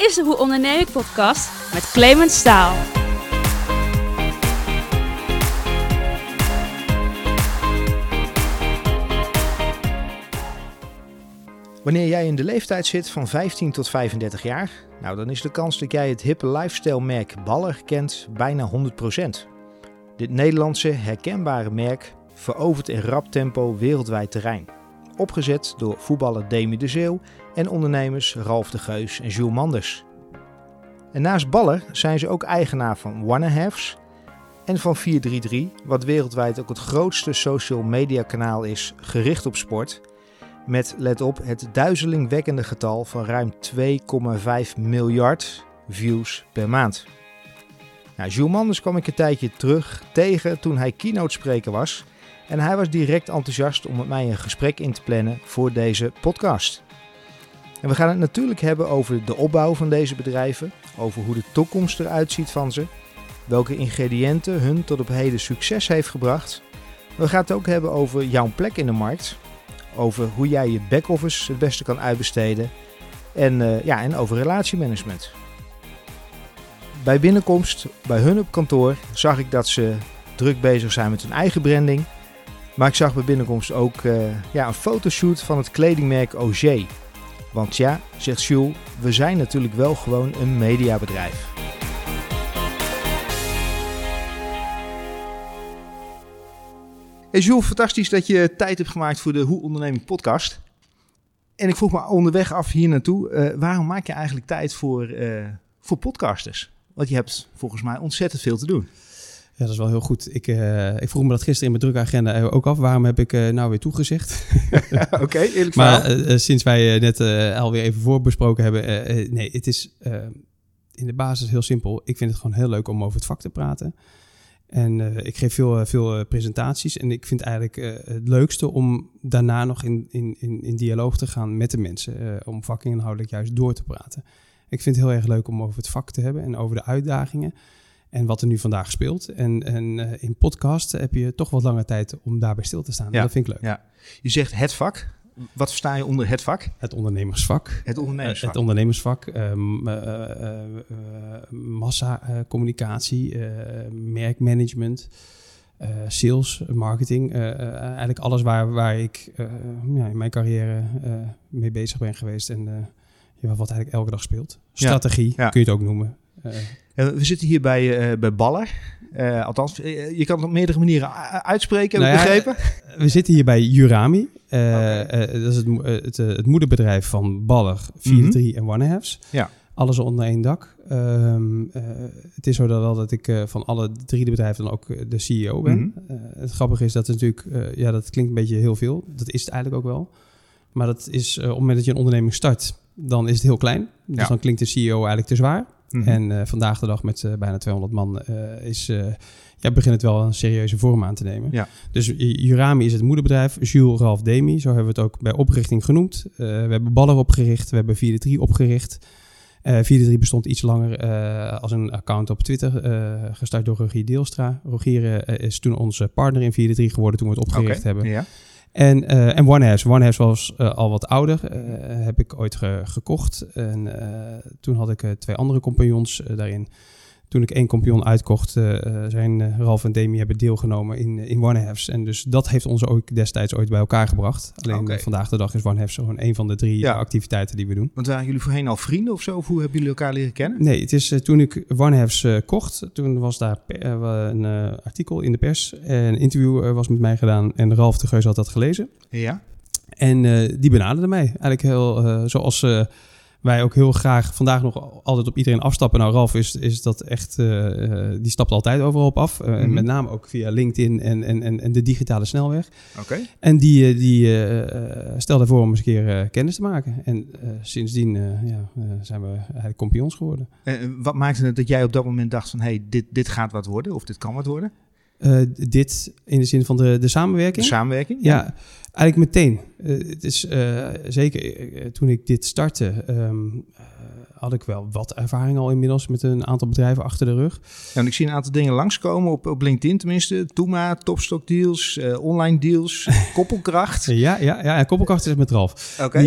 is de Hoe Onderneem ik podcast met Clemens Staal. Wanneer jij in de leeftijd zit van 15 tot 35 jaar, dan is de kans dat jij het hippe lifestyle-merk Baller kent bijna 100%. Dit Nederlandse herkenbare merk verovert in rap tempo wereldwijd terrein. Opgezet door voetballer Demi de Zeeuw en ondernemers Ralf de Geus en Jules Manders. En naast Baller zijn ze ook eigenaar van One&Halves en van 433, wat wereldwijd ook het grootste social media kanaal is gericht op sport. Met, let op, het duizelingwekkende getal van ruim 2,5 miljard views per maand. Jules Manders kwam ik een tijdje terug tegen toen hij keynote spreker was. En hij was direct enthousiast om met mij een gesprek in te plannen voor deze podcast. En we gaan het natuurlijk hebben over de opbouw van deze bedrijven. Over hoe de toekomst eruit ziet van ze. Welke ingrediënten hun tot op heden succes heeft gebracht. We gaan het ook hebben over jouw plek in de markt. Over hoe jij je back-office het beste kan uitbesteden. En over relatiemanagement. Bij binnenkomst bij hun op kantoor zag ik dat ze druk bezig zijn met hun eigen branding. Maar ik zag bij binnenkomst ook een fotoshoot van het kledingmerk Auger. Want ja, zegt Jules, we zijn natuurlijk wel gewoon een mediabedrijf. Hey Jules, fantastisch dat je tijd hebt gemaakt voor de Hoe Onderneem ik podcast. En ik vroeg me onderweg af hier naartoe, waarom maak je eigenlijk tijd voor podcasters? Want je hebt volgens mij ontzettend veel te doen. Ja, dat is wel heel goed. Ik vroeg me dat gisteren in mijn drukke agenda ook af. Waarom heb ik nou weer toegezegd? Oké, eerlijk verhaal. Maar sinds wij net alweer even voorbesproken hebben... nee, het is in de basis heel simpel. Ik vind het gewoon heel leuk om over het vak te praten. En ik geef veel presentaties. En ik vind eigenlijk het leukste om daarna nog in dialoog te gaan met de mensen. Om vakinhoudelijk juist door te praten. Ik vind het heel erg leuk om over het vak te hebben en over de uitdagingen. En wat er nu vandaag speelt. En in podcast heb je toch wat langer tijd om daarbij stil te staan. Ja, dat vind ik leuk. Ja. Je zegt het vak. Wat versta je onder het vak? Het ondernemersvak. Het ondernemersvak. Het ondernemersvak. Massacommunicatie. Merkmanagement. Sales, marketing. Eigenlijk alles waar ik in mijn carrière mee bezig ben geweest. En wat eigenlijk elke dag speelt. Strategie kun je het ook noemen. We zitten hier bij Baller. Althans, je kan het op meerdere manieren uitspreken, heb ik begrepen. We zitten hier bij Jurami. Dat is het moederbedrijf van Baller, 433 en One&Halves. Ja. Alles onder één dak. Het is zo dat ik van alle drie de bedrijven dan ook de CEO ben. Het grappige is dat het natuurlijk, dat klinkt een beetje heel veel. Dat is het eigenlijk ook wel. Maar dat is op het moment dat je een onderneming start, dan is het heel klein. Dus dan klinkt de CEO eigenlijk te zwaar. En vandaag de dag met bijna 200 man begint het wel een serieuze vorm aan te nemen. Ja. Dus Jurami is het moederbedrijf. Jules, Ralf, Demi, zo hebben we het ook bij oprichting genoemd. We hebben Baller opgericht, we hebben 433 opgericht. 433 bestond iets langer als een account op Twitter, gestart door Rogier Deelstra. Rogier is toen onze partner in 433 geworden toen we het opgericht hebben. Ja. En One&Halves. One&Halves was al wat ouder. Heb ik ooit gekocht. En toen had ik 2 andere compagnons daarin. Toen ik 1 compagnon uitkocht, zijn Ralf en Demi hebben deelgenomen in One&Halves. En dus dat heeft ons ook destijds ooit bij elkaar gebracht. Alleen vandaag de dag is One&Halves gewoon een van de 3 activiteiten die we doen. Want waren jullie voorheen al vrienden of zo? Of hoe hebben jullie elkaar leren kennen? Nee, het is toen ik One&Halves kocht. Toen was daar een artikel in de pers. Een interview was met mij gedaan en Ralf de Geus had dat gelezen. Ja. En die benaderde mij. Eigenlijk heel zoals... wij ook heel graag vandaag nog altijd op iedereen afstappen. Nou, Ralf is dat echt... die stapt altijd overal op af. Met name ook via LinkedIn en de digitale snelweg. Okay. En die stelde voor om eens een keer kennis te maken. En sindsdien zijn we eigenlijk compagnons geworden. Wat maakte het dat jij op dat moment dacht van... hey, dit gaat wat worden of dit kan wat worden? Dit in de zin van de samenwerking? De samenwerking? Ja, eigenlijk meteen. Het is zeker toen ik dit startte, had ik wel wat ervaring al inmiddels met een aantal bedrijven achter de rug. Ja, en ik zie een aantal dingen langskomen op LinkedIn tenminste. Toema, Topstock deals, online deals, Koppelkracht. Ja, Koppelkracht is met Ralf. Oké.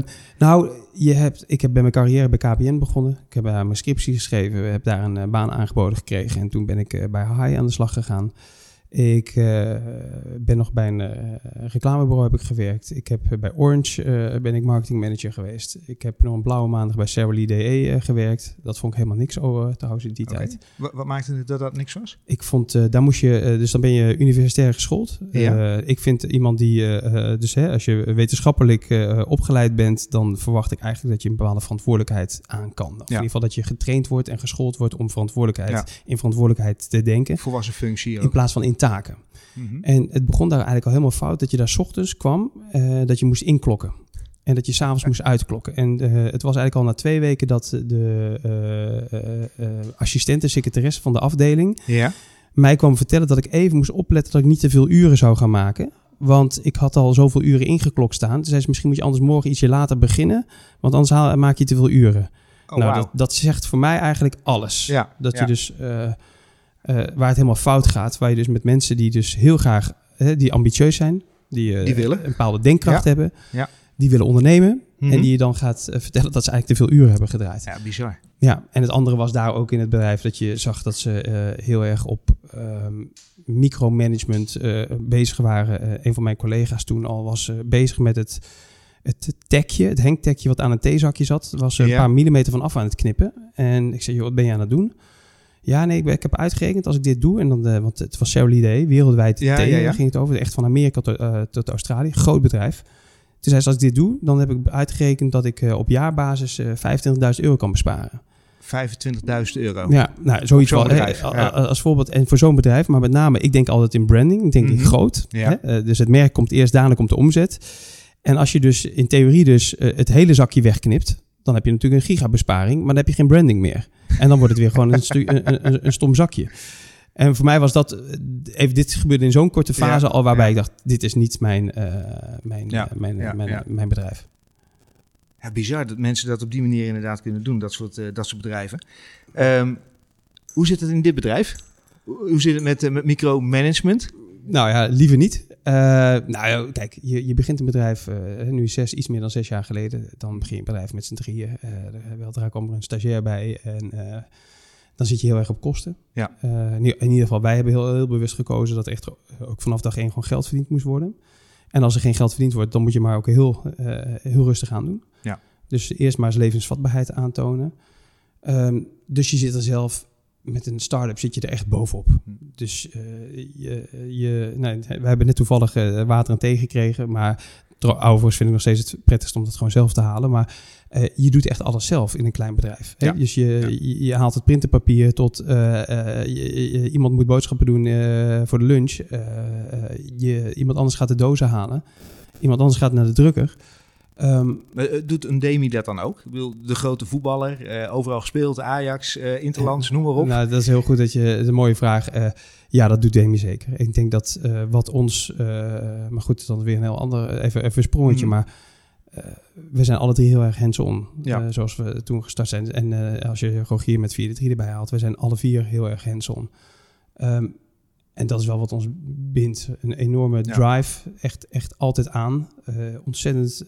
Ik heb bij mijn carrière bij KPN begonnen. Ik heb mijn scriptie geschreven, heb daar een baan aangeboden gekregen. En toen ben ik bij Hai aan de slag gegaan. Ik ben nog bij een reclamebureau heb ik gewerkt. Ik heb bij Orange ben ik marketingmanager geweest. Ik heb nog een blauwe maandag bij Sarah DE gewerkt. Dat vond ik helemaal niks trouwens in die tijd. Wat maakte het dat niks was? Ik vond, daar moest je, dus dan ben je universitair geschoold. Ja. Ik vind iemand die, als je wetenschappelijk opgeleid bent, dan verwacht ik eigenlijk dat je een bepaalde verantwoordelijkheid aan kan. Of in ieder geval dat je getraind wordt en geschoold wordt om in verantwoordelijkheid te denken. Volwassen functie ook. In plaats van in taken. Mm-hmm. En het begon daar eigenlijk al helemaal fout dat je daar 's ochtends kwam, dat je moest inklokken. En dat je 's avonds moest uitklokken. En het was eigenlijk al na 2 weken dat de assistent en secretaresse van de afdeling mij kwam vertellen dat ik even moest opletten dat ik niet te veel uren zou gaan maken. Want ik had al zoveel uren ingeklokt staan. Toen zei ze, misschien moet je anders morgen ietsje later beginnen, want anders maak je te veel uren. Dat zegt voor mij eigenlijk alles. Ja, dat je dus... waar het helemaal fout gaat, waar je dus met mensen die dus heel graag, die ambitieus zijn, die willen een bepaalde denkkracht hebben, die willen ondernemen en die je dan gaat vertellen dat ze eigenlijk te veel uren hebben gedraaid. Ja, bizar. Ja, en het andere was daar ook in het bedrijf dat je zag dat ze heel erg op micromanagement bezig waren. Een van mijn collega's toen al was bezig met het tekje, het hengtekje wat aan een theezakje zat, was een paar millimeter van af aan het knippen. En ik zei, joh, wat ben je aan het doen? Ja, nee, ik heb uitgerekend als ik dit doe, en dan, want het was Sarah Day, wereldwijd thee, daar ging het over, echt van Amerika tot Australië, groot bedrijf. Toen zei ze, als ik dit doe, dan heb ik uitgerekend dat ik op jaarbasis €25.000 kan besparen. €25.000? Ja, nou, zoiets wel. Als voorbeeld, en voor zo'n bedrijf, maar met name, ik denk altijd in branding, ik denk in groot. Ja. Dus het merk komt eerst, daarna komt de omzet. En als je dus in theorie dus het hele zakje wegknipt, dan heb je natuurlijk een gigabesparing, maar dan heb je geen branding meer. En dan wordt het weer gewoon een stom zakje. En voor mij was dat, dit gebeurde in zo'n korte fase al, waarbij ik dacht, dit is niet mijn bedrijf. Ja, bizar dat mensen dat op die manier inderdaad kunnen doen, dat soort bedrijven. Hoe zit het in dit bedrijf? Hoe zit het met micromanagement? Nou ja, liever niet. Kijk, je begint een bedrijf nu iets meer dan 6 jaar geleden. Dan begin je een bedrijf met z'n drieën. Weldra kwam er een stagiair bij en dan zit je heel erg op kosten. Ja. In ieder geval, wij hebben heel bewust gekozen dat echt ook vanaf dag 1 gewoon geld verdiend moest worden. En als er geen geld verdiend wordt, dan moet je maar ook heel rustig aan doen. Ja. Dus eerst maar eens levensvatbaarheid aantonen. Dus je zit er zelf... Met een start-up zit je er echt bovenop. Dus we hebben net toevallig water en thee gekregen. Maar overigens vind ik nog steeds het prettigst om dat gewoon zelf te halen. Maar je doet echt alles zelf in een klein bedrijf. Ja. Dus je haalt het printerpapier tot iemand moet boodschappen doen voor de lunch. Iemand anders gaat de dozen halen. Iemand anders gaat naar de drukker. Doet een Demi dat dan ook? Ik bedoel, de grote voetballer, overal gespeeld, Ajax, Interlands, noem maar op. Nou, dat is heel goed dat je, een mooie vraag. Ja, dat doet Demi zeker. Ik denk dat wat ons, maar goed, het is dan weer een heel ander, even een sprongetje, maar we zijn alle drie heel erg hands-on, zoals we toen gestart zijn. En als je Rogier met 4-3 erbij haalt, we zijn alle 4 heel erg hands-on. En dat is wel wat ons bindt. Een enorme drive, echt altijd aan. Ontzettend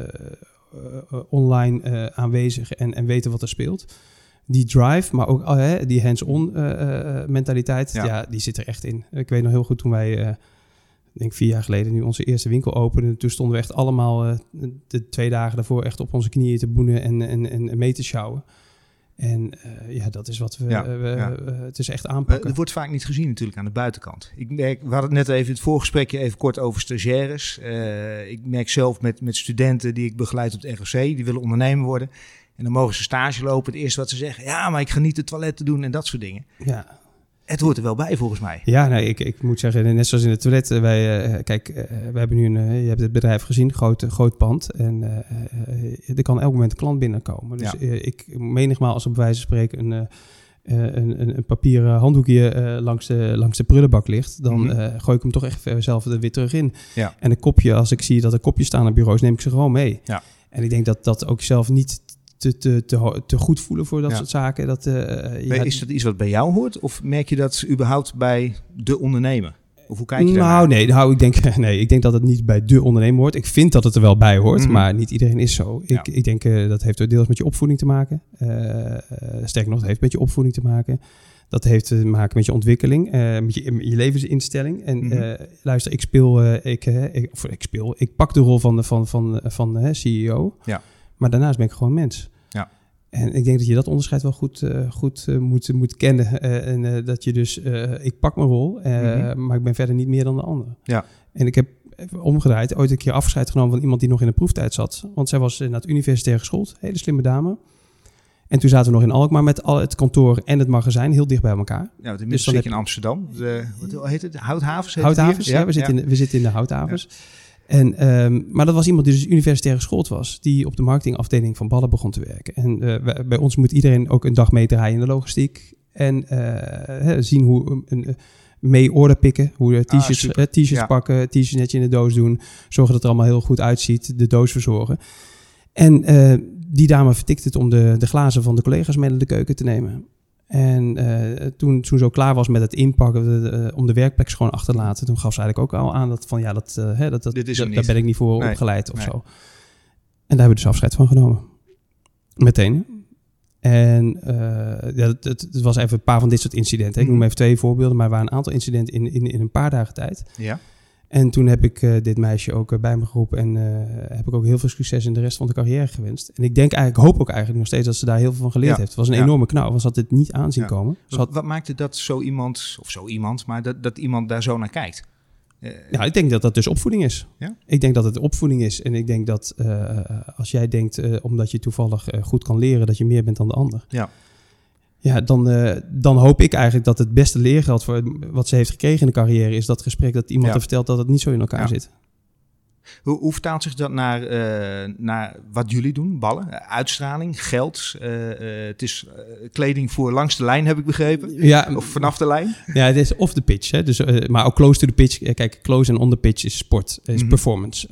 online aanwezig en weten wat er speelt. Die drive, maar ook die hands-on mentaliteit, die zit er echt in. Ik weet nog heel goed toen wij, ik denk 4 jaar geleden, nu onze eerste winkel openden. Toen stonden we echt allemaal de 2 dagen daarvoor echt op onze knieën te boenen en mee te sjouwen. En dat is wat het is echt aanpakken. Het wordt vaak niet gezien natuurlijk aan de buitenkant. We hadden het net even in het voorgesprekje even kort over stagiaires. Ik merk zelf met studenten die ik begeleid op het ROC, die willen ondernemer worden. En dan mogen ze stage lopen. Het eerste wat ze zeggen, ja, maar ik ga niet de toiletten doen en dat soort dingen. Ja. Het hoort er wel bij, volgens mij. Ja, nee, ik moet zeggen, net zoals in het toilet. We hebben nu je hebt het bedrijf gezien, groot pand. En er kan elk moment een klant binnenkomen. Dus ik menigmaal als op wijze van spreken een papieren handdoekje langs de prullenbak ligt, dan gooi ik hem toch echt zelf er weer terug in. Ja. En een kopje, als ik zie dat er kopjes staan op bureaus, neem ik ze gewoon mee. Ja. En ik denk dat ook zelf niet te goed voelen voor dat soort zaken. Is dat iets wat bij jou hoort? Of merk je dat überhaupt bij de ondernemer? Of hoe kijk je daarnaar? Ik denk dat het niet bij de ondernemer hoort. Ik vind dat het er wel bij hoort, maar niet iedereen is zo. Ja. Ik denk dat heeft deels met je opvoeding te maken. Sterker nog, het heeft met je opvoeding te maken. Dat heeft te maken met je ontwikkeling, met je levensinstelling. En luister, ik pak de rol van CEO. Ja. Maar daarnaast ben ik gewoon mens. Ja. En ik denk dat je dat onderscheid wel goed moet kennen. En dat je dus, ik pak mijn rol, maar ik ben verder niet meer dan de ander. Ja. En ik heb omgedraaid ooit een keer afscheid genomen van iemand die nog in de proeftijd zat. Want zij was naar het universitair geschoold, hele slimme dame. En toen zaten we nog in Alkmaar met al het kantoor en het magazijn heel dicht bij elkaar. Ja, inmiddels zit je in Amsterdam. Hoe heet het? Houthavens? Houthavens, ja. We zitten in de Houthavens. Ja. En, maar dat was iemand die dus universitair geschoold was. Die op de marketingafdeling van Ballen begon te werken. En bij ons moet iedereen ook een dag meedraaien in de logistiek. En zien hoe mee order pikken. Hoe t-shirts pakken, t-shirts netjes in de doos doen. Zorgen dat het er allemaal heel goed uitziet. De doos verzorgen. En die dame vertikte het om de glazen van de collega's mee naar de keuken te nemen. En toen zo klaar was met het inpakken, om de werkplek schoon achter te laten, toen gaf ze eigenlijk ook al aan daar ben ik niet voor opgeleid of zo. En daar hebben we dus afscheid van genomen. Meteen. En het was even een paar van dit soort incidenten. Ik noem even 2 voorbeelden, maar er waren een aantal incidenten in een paar dagen tijd. Ja. En toen heb ik dit meisje ook bij me geroepen en heb ik ook heel veel succes in de rest van de carrière gewenst. En ik hoop ook eigenlijk nog steeds dat ze daar heel veel van geleerd heeft. Het was een enorme knauw, want ze had dit niet aanzien komen. Wat maakte dat zo iemand, maar dat iemand daar zo naar kijkt? Ik denk dat dat dus opvoeding is. Ja? Ik denk dat het opvoeding is. En ik denk dat als jij denkt, omdat je toevallig goed kan leren, dat je meer bent dan de ander. Ja, dan hoop ik eigenlijk dat het beste leergeld voor wat ze heeft gekregen in de carrière is dat gesprek dat iemand haar vertelt dat het niet zo in elkaar zit. Hoe vertaalt zich dat naar wat jullie doen? Ballen, uitstraling, geld. Het is kleding voor langs de lijn, heb ik begrepen. Ja, of vanaf de lijn. Ja, het is off the pitch. Hè? Dus, maar ook close to the pitch. Kijk, close en on the pitch is sport, is performance.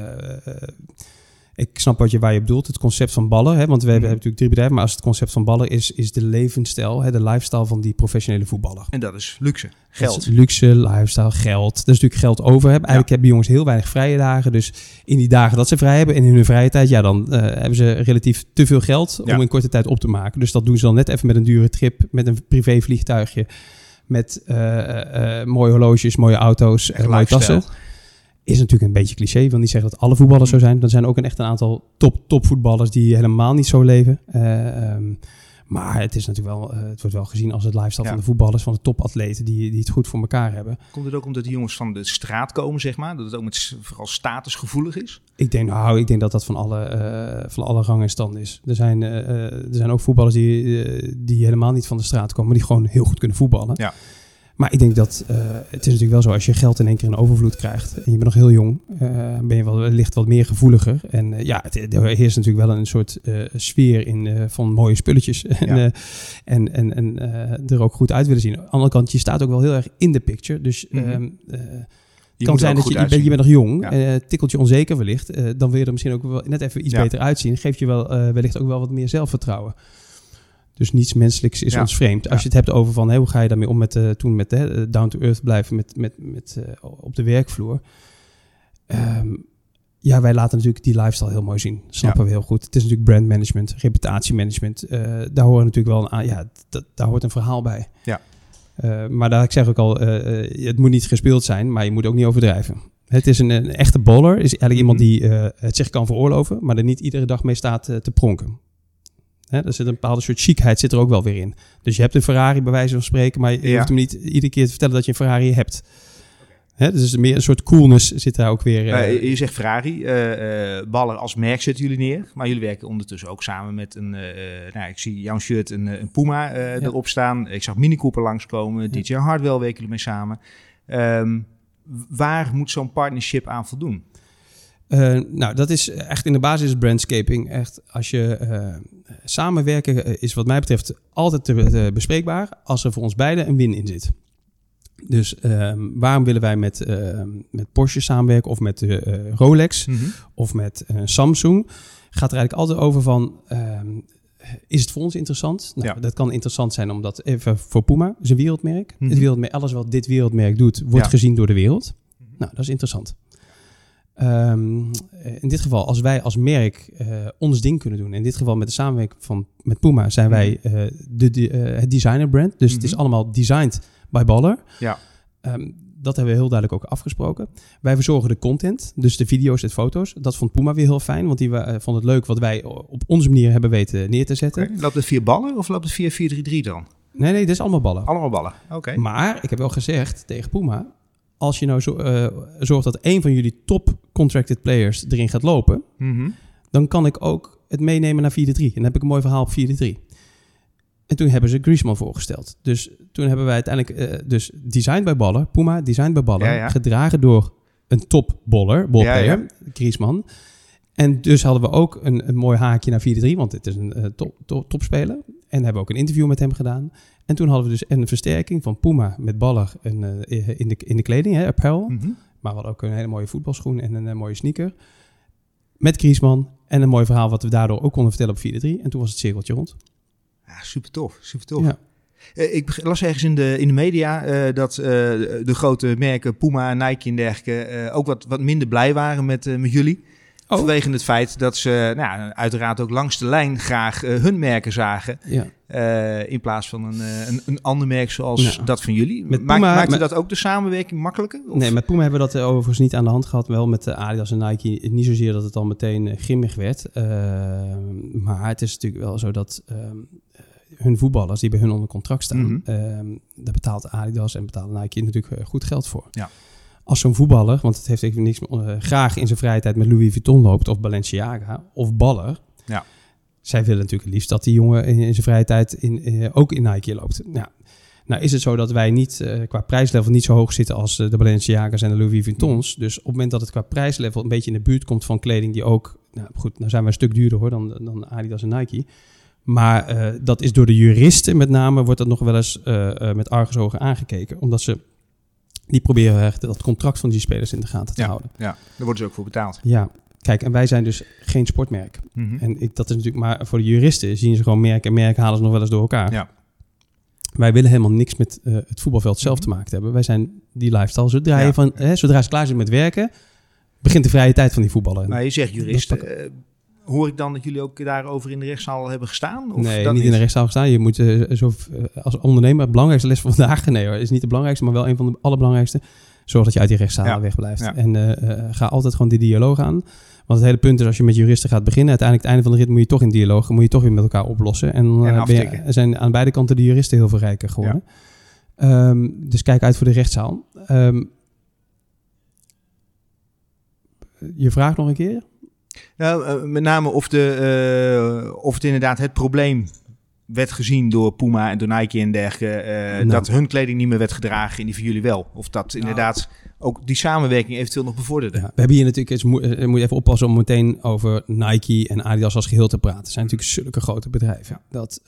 Ik snap waar je bedoelt, het concept van ballen. Hè, want we hebben natuurlijk 3 bedrijven, maar als het concept van ballen is de levensstijl, de lifestyle van die professionele voetballer. En dat is luxe, geld. Dat is luxe, lifestyle, geld. Dat is natuurlijk geld over hebben. Eigenlijk hebben jongens heel weinig vrije dagen. Dus in die dagen dat ze vrij hebben en in hun vrije tijd, dan hebben ze relatief te veel geld om in korte tijd op te maken. Dus dat doen ze dan net even met een dure trip, met een privévliegtuigje, met mooie horloges, mooie auto's, mooie tassen. Is natuurlijk een beetje cliché. Ik wil niet zeggen dat alle voetballers zo zijn. Er zijn ook echt een aantal topvoetballers die helemaal niet zo leven. Maar het is natuurlijk wel, het wordt wel gezien als het lifestyle van de voetballers, van de topatleten die het goed voor elkaar hebben. Komt het ook omdat die jongens van de straat komen, zeg maar? Dat het ook vooral statusgevoelig is? Ik denk dat dat van alle rang en stand is. Er zijn ook voetballers die helemaal niet van de straat komen, maar die gewoon heel goed kunnen voetballen. Ja. Maar ik denk dat het is natuurlijk wel zo, als je geld in één keer in overvloed krijgt en je bent nog heel jong, ben je wellicht wat meer gevoeliger. En er heerst natuurlijk wel een soort sfeer in van mooie spulletjes en er ook goed uit willen zien. Aan de andere kant, je staat ook wel heel erg in de picture. Dus het kan zijn dat je bent nog jong, tikkelt je onzeker wellicht. Dan wil je er misschien ook wel net even iets beter uitzien. Geeft je wel wellicht ook wel wat meer zelfvertrouwen. Dus niets menselijks is ons vreemd. Als je het hebt over van hoe ga je daarmee om met down to earth blijven op de werkvloer. Wij laten natuurlijk die lifestyle heel mooi zien. Snappen we heel goed. Het is natuurlijk brandmanagement, reputatiemanagement. Daar horen natuurlijk wel daar hoort een verhaal bij. Ja. Maar ik zeg ook al, het moet niet gespeeld zijn, maar je moet ook niet overdrijven. Het is een echte baller. Is eigenlijk iemand die het zich kan veroorloven, maar er niet iedere dag mee staat te pronken. Er zit een bepaalde soort chicheid zit er ook wel weer in. Dus je hebt een Ferrari bij wijze van spreken, maar je hoeft hem niet iedere keer te vertellen dat je een Ferrari hebt. Dus meer een soort coolness zit daar ook weer. Je zegt Ferrari, Ballen als merk zetten jullie neer, maar jullie werken ondertussen ook samen met ik zie jouw shirt een Puma erop staan. Ik zag Mini Cooper langskomen, DJ Hardwell werken jullie mee samen. Waar moet zo'n partnership aan voldoen? Dat is echt in de basis brandscaping. Echt, als je samenwerken is wat mij betreft altijd bespreekbaar als er voor ons beiden een win in zit. Dus waarom willen wij met Porsche samenwerken of met Rolex of met Samsung? gaat er eigenlijk altijd over van... is het voor ons interessant? Nou, dat kan interessant zijn omdat... Even voor Puma, is een wereldmerk. Het wereldmerk. Alles wat dit wereldmerk doet, wordt gezien door de wereld. Nou, dat is interessant. In dit geval, als wij als merk ons ding kunnen doen... in dit geval met de samenwerking met Puma... zijn wij het designer brand. Dus het is allemaal designed by Baller. Ja. Dat hebben we heel duidelijk ook afgesproken. Wij verzorgen de content, dus de video's en foto's. Dat vond Puma weer heel fijn, want die vond het leuk... wat wij op onze manier hebben weten neer te zetten. Okay. Loopt het via Baller of loopt het via 433 dan? Nee, dit is allemaal Baller. Allemaal Baller, oké. Maar ik heb wel gezegd tegen Puma... als je nou zorgt dat een van jullie top contracted players erin gaat lopen... dan kan ik ook het meenemen naar 4-3. En dan heb ik een mooi verhaal op 4-3. En toen hebben ze Griezmann voorgesteld. Dus toen hebben wij uiteindelijk... dus designed by Baller, Puma, designed by Baller... gedragen door een top ballplayer, Griezmann. En dus hadden we ook een mooi haakje naar 4-3... want het is een topspeler. En hebben we ook een interview met hem gedaan... En toen hadden we dus een versterking van Puma met Baller in de kleding, apparel. Maar we hadden ook een hele mooie voetbalschoen en een mooie sneaker. Met Griezmann en een mooi verhaal wat we daardoor ook konden vertellen op 4-3. En toen was het cirkeltje rond. Ja, super tof. Ja. Ik las ergens in de media dat de grote merken Puma, Nike en dergelijke ook wat minder blij waren met jullie. Oh. Vanwege het feit dat ze uiteraard ook langs de lijn graag hun merken zagen. Ja. In plaats van een ander merk zoals dat van jullie. Maakte dat ook de samenwerking makkelijker? Of? Nee, met Puma hebben we dat overigens niet aan de hand gehad. Wel met Adidas en Nike. Niet zozeer dat het al meteen grimmig werd. Maar het is natuurlijk wel zo dat hun voetballers die bij hun onder contract staan... daar betaalt Adidas en betaalt Nike natuurlijk goed geld voor. Ja. Als zo'n voetballer, want het heeft even niks graag in zijn vrije tijd met Louis Vuitton loopt... of Balenciaga of Baller... Ja. Zij willen natuurlijk het liefst dat die jongen in zijn vrije tijd ook in Nike loopt. Ja. Nou is het zo dat wij niet qua prijslevel niet zo hoog zitten als de Balenciaga's en de Louis Vuittons. Dus op het moment dat het qua prijslevel een beetje in de buurt komt van kleding die ook... Nou goed, nou zijn we een stuk duurder hoor dan Adidas en Nike. Maar dat is door de juristen met name, wordt dat nog wel eens met argusogen aangekeken. Omdat ze... Die proberen echt dat contract van die spelers in de gaten te houden. Ja, daar worden ze ook voor betaald. Ja, kijk, en wij zijn dus geen sportmerk. En dat is natuurlijk maar voor de juristen zien ze gewoon merk en merk halen ze nog wel eens door elkaar. Ja. Wij willen helemaal niks met het voetbalveld zelf te maken hebben. Wij zijn die lifestyle. Zodra ze klaar zijn met werken, begint de vrije tijd van die voetballer. Nou, je zegt juristen. Hoor ik dan dat jullie ook daarover in de rechtszaal hebben gestaan? Of nee, niet in de rechtszaal gestaan. Je moet als ondernemer, het belangrijkste les van vandaag... Nee hoor, is niet de belangrijkste, maar wel een van de allerbelangrijkste. Zorg dat je uit die rechtszaal wegblijft. Ja. En ga altijd gewoon die dialoog aan. Want het hele punt is, als je met juristen gaat beginnen... uiteindelijk het einde van de rit moet je toch in dialoog... moet je toch weer met elkaar oplossen. En zijn aan beide kanten de juristen heel veel rijker geworden. Ja. Dus kijk uit voor de rechtszaal. Je vraagt nog een keer... Nou, met name of het inderdaad het probleem werd gezien door Puma en door Nike en dergelijke... dat hun kleding niet meer werd gedragen en die van jullie wel. Of dat inderdaad ook die samenwerking eventueel nog bevorderde. Ja, we hebben hier natuurlijk... moet je even oppassen om meteen over Nike en Adidas als geheel te praten. Het zijn natuurlijk zulke grote bedrijven. Dat,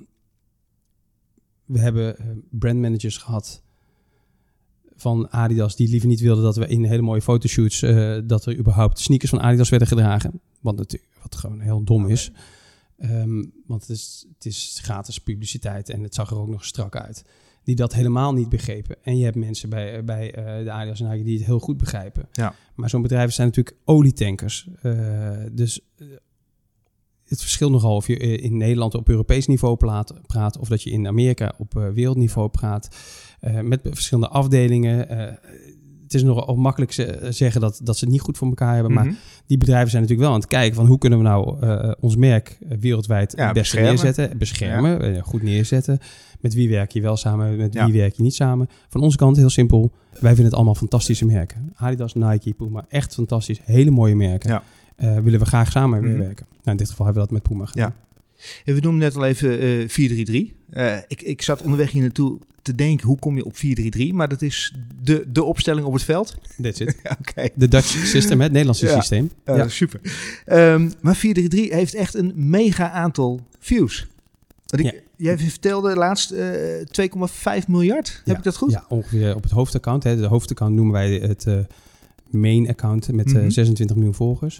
we hebben brandmanagers gehad... van Adidas, die liever niet wilden dat we in hele mooie fotoshoots... dat er überhaupt sneakers van Adidas werden gedragen. Wat gewoon heel dom is. Want het is gratis publiciteit en het zag er ook nog strak uit. Die dat helemaal niet begrepen. En je hebt mensen bij de Adidas en Nike die het heel goed begrijpen. Ja. Maar zo'n bedrijven zijn natuurlijk olietankers. Dus het verschilt nogal of je in Nederland op Europees niveau praat... of dat je in Amerika op wereldniveau praat... met verschillende afdelingen. Het is nogal makkelijk zeggen dat ze het niet goed voor elkaar hebben. Maar die bedrijven zijn natuurlijk wel aan het kijken... van hoe kunnen we nou ons merk wereldwijd het beste neerzetten. Beschermen, goed neerzetten. Met wie werk je wel samen, met wie werk je niet samen. Van onze kant heel simpel. Wij vinden het allemaal fantastische merken. Adidas, Nike, Puma, echt fantastisch. Hele mooie merken. Ja. Willen we graag samen weer werken. Nou, in dit geval hebben we dat met Puma gedaan. Ja. We noemen net al even 4-3-3. Ik zat onderweg hier naartoe te denken, hoe kom je op 4-3-3? Maar dat is de opstelling op het veld. That's it. Okay. De Dutch system, het Nederlandse systeem. Super. Maar 4-3-3 heeft echt een mega aantal views. Jij vertelde laatst 2,5 miljard. Heb ik dat goed? Ja, ongeveer op het hoofdaccount. De hoofdaccount noemen wij het main account met 26 miljoen volgers.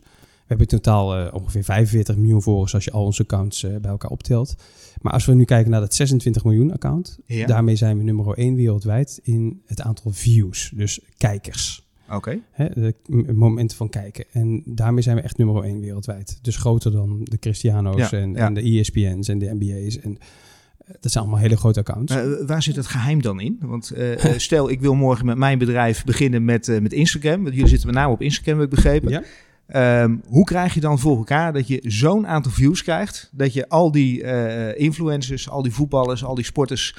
We hebben in totaal ongeveer 45 miljoen volgers als je al onze accounts bij elkaar optelt. Maar als we nu kijken naar dat 26 miljoen account, daarmee zijn we nummer 1 wereldwijd in het aantal views, dus kijkers. Oké. De momenten van kijken. En daarmee zijn we echt nummer 1 wereldwijd. Dus groter dan de Cristiano's en de ESPN's en de NBA's. En dat zijn allemaal hele grote accounts. Waar zit het geheim dan in? Want stel, ik wil morgen met mijn bedrijf beginnen met Instagram. Want jullie zitten met name op Instagram, heb ik begrepen. Ja. Hoe krijg je dan voor elkaar dat je zo'n aantal views krijgt, dat je al die influencers, al die voetballers, al die sporters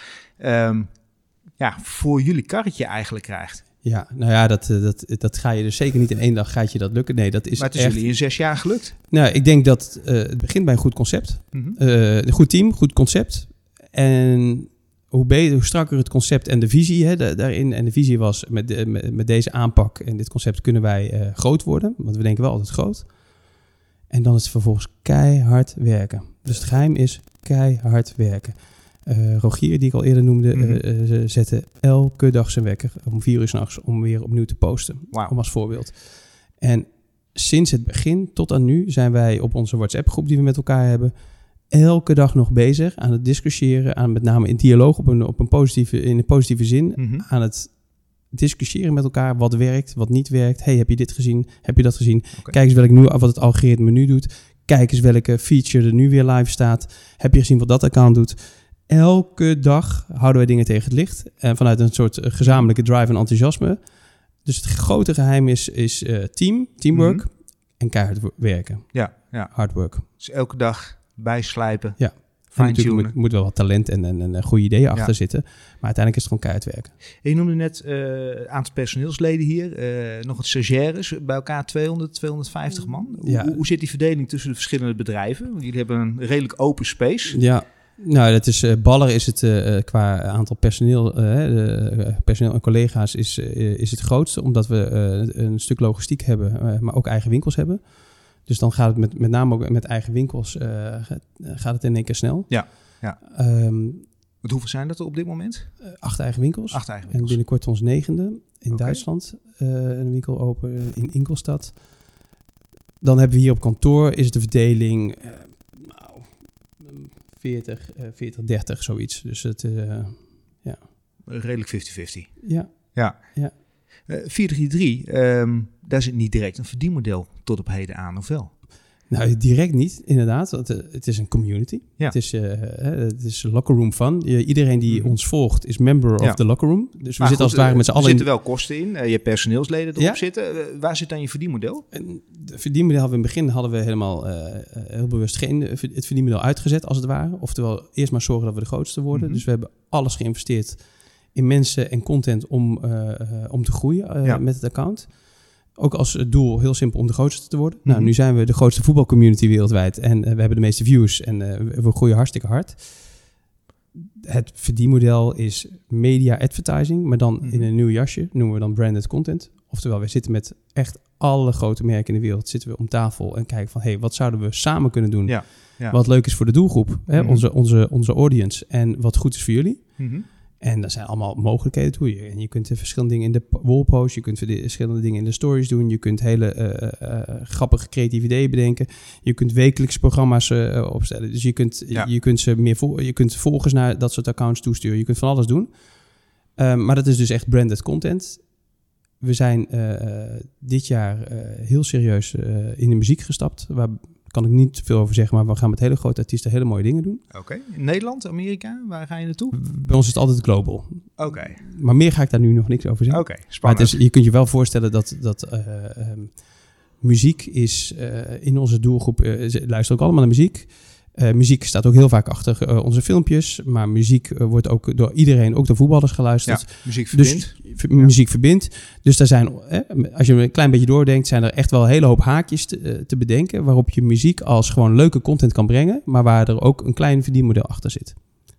voor jullie karretje eigenlijk krijgt? Ja, nou ja, dat ga je dus zeker niet in 1 dag gaat je dat lukken. Nee, dat is maar het is echt... jullie in 6 jaar gelukt. Nou, ik denk dat het begint bij een goed concept. Een goed team, goed concept. En hoe strakker het concept en de visie daarin. En de visie was met deze aanpak en dit concept kunnen wij groot worden. Want we denken wel altijd groot. En dan is het vervolgens keihard werken. Dus het geheim is keihard werken. Rogier, die ik al eerder noemde, zette elke dag zijn wekker om 4 uur 's nachts om weer opnieuw te posten. Wow. Om als voorbeeld. En sinds het begin tot aan nu zijn wij op onze WhatsApp-groep die we met elkaar hebben elke dag nog bezig aan het discussiëren, aan met name in dialoog in een positieve zin, aan het discussiëren met elkaar wat werkt, wat niet werkt. Hey, heb je dit gezien? Heb je dat gezien? Okay. Kijk eens wat het algoritme nu doet. Kijk eens welke feature er nu weer live staat. Heb je gezien wat dat account doet? Elke dag houden wij dingen tegen het licht. En vanuit een soort gezamenlijke drive en enthousiasme. Dus het grote geheim is teamwork en keihard werken. Ja. Hard work. Dus elke dag bijslijpen. Ja. Natuurlijk moet wel wat talent en goede ideeën achter zitten. Maar uiteindelijk is het gewoon keihard werken. En je noemde net een aantal personeelsleden hier. Nog wat stagiaires. Bij elkaar 250 man. Hoe zit die verdeling tussen de verschillende bedrijven? Want jullie hebben een redelijk open space. Ja. Nou, dat is Baller is het qua aantal personeel en collega's is het grootste, omdat we een stuk logistiek hebben, maar ook eigen winkels hebben. Dus dan gaat het met name ook met eigen winkels gaat het in één keer snel. Ja. Hoeveel zijn dat er op dit moment? 8 eigen winkels. 8 eigen winkels. En binnenkort ons 9e in Duitsland. Een winkel open in Ingolstadt. Dan hebben we hier op kantoor is de verdeling 40, 30, zoiets. Dus het, redelijk 50-50. Ja. 433, daar zit niet direct een verdienmodel tot op heden aan, of wel? Nou, direct niet, inderdaad. Het is een community. Ja. Het is locker room fun. Iedereen die ons volgt is member of the locker room. Dus we zitten als het ware met z'n allen. Er zitten wel kosten in. Je hebt personeelsleden erop zitten. Waar zit dan je verdienmodel? Het verdienmodel in het begin hadden we helemaal heel bewust geen het verdienmodel uitgezet, als het ware. Oftewel, eerst maar zorgen dat we de grootste worden. Dus we hebben alles geïnvesteerd in mensen en content om te groeien met het account. Ook als doel heel simpel om de grootste te worden. Nou, nu zijn we de grootste voetbalcommunity wereldwijd. En we hebben de meeste views en we groeien hartstikke hard. Het verdienmodel is media advertising, maar dan in een nieuw jasje. Noemen we dan branded content. Oftewel, we zitten met echt alle grote merken in de wereld. Zitten we om tafel en kijken van, hey, wat zouden we samen kunnen doen? Ja. Wat leuk is voor de doelgroep, onze audience. En wat goed is voor jullie. En dat zijn allemaal mogelijkheden toe. En je kunt verschillende dingen in de wallpost, je kunt verschillende dingen in de stories doen, je kunt hele grappige creatieve ideeën bedenken, je kunt wekelijks programma's opstellen. Dus je kunt volgers naar dat soort accounts toesturen. Je kunt van alles doen. Maar dat is dus echt branded content. We zijn dit jaar heel serieus in de muziek gestapt. Waar kan ik niet veel over zeggen, maar we gaan met hele grote artiesten hele mooie dingen doen. Oké. In Nederland, Amerika, waar ga je naartoe? Bij ons is het altijd global. Oké. Maar meer ga ik daar nu nog niks over zeggen. Oké, spannend. Maar je kunt je wel voorstellen dat muziek is in onze doelgroep, luisteren ook allemaal naar muziek. Muziek staat ook heel vaak achter onze filmpjes, maar muziek wordt ook door iedereen, ook door voetballers geluisterd. Ja, muziek verbindt. Dus, muziek verbindt. Dus daar zijn, als je een klein beetje doordenkt, zijn er echt wel een hele hoop haakjes te bedenken waarop je muziek als gewoon leuke content kan brengen, maar waar er ook een klein verdienmodel achter zit.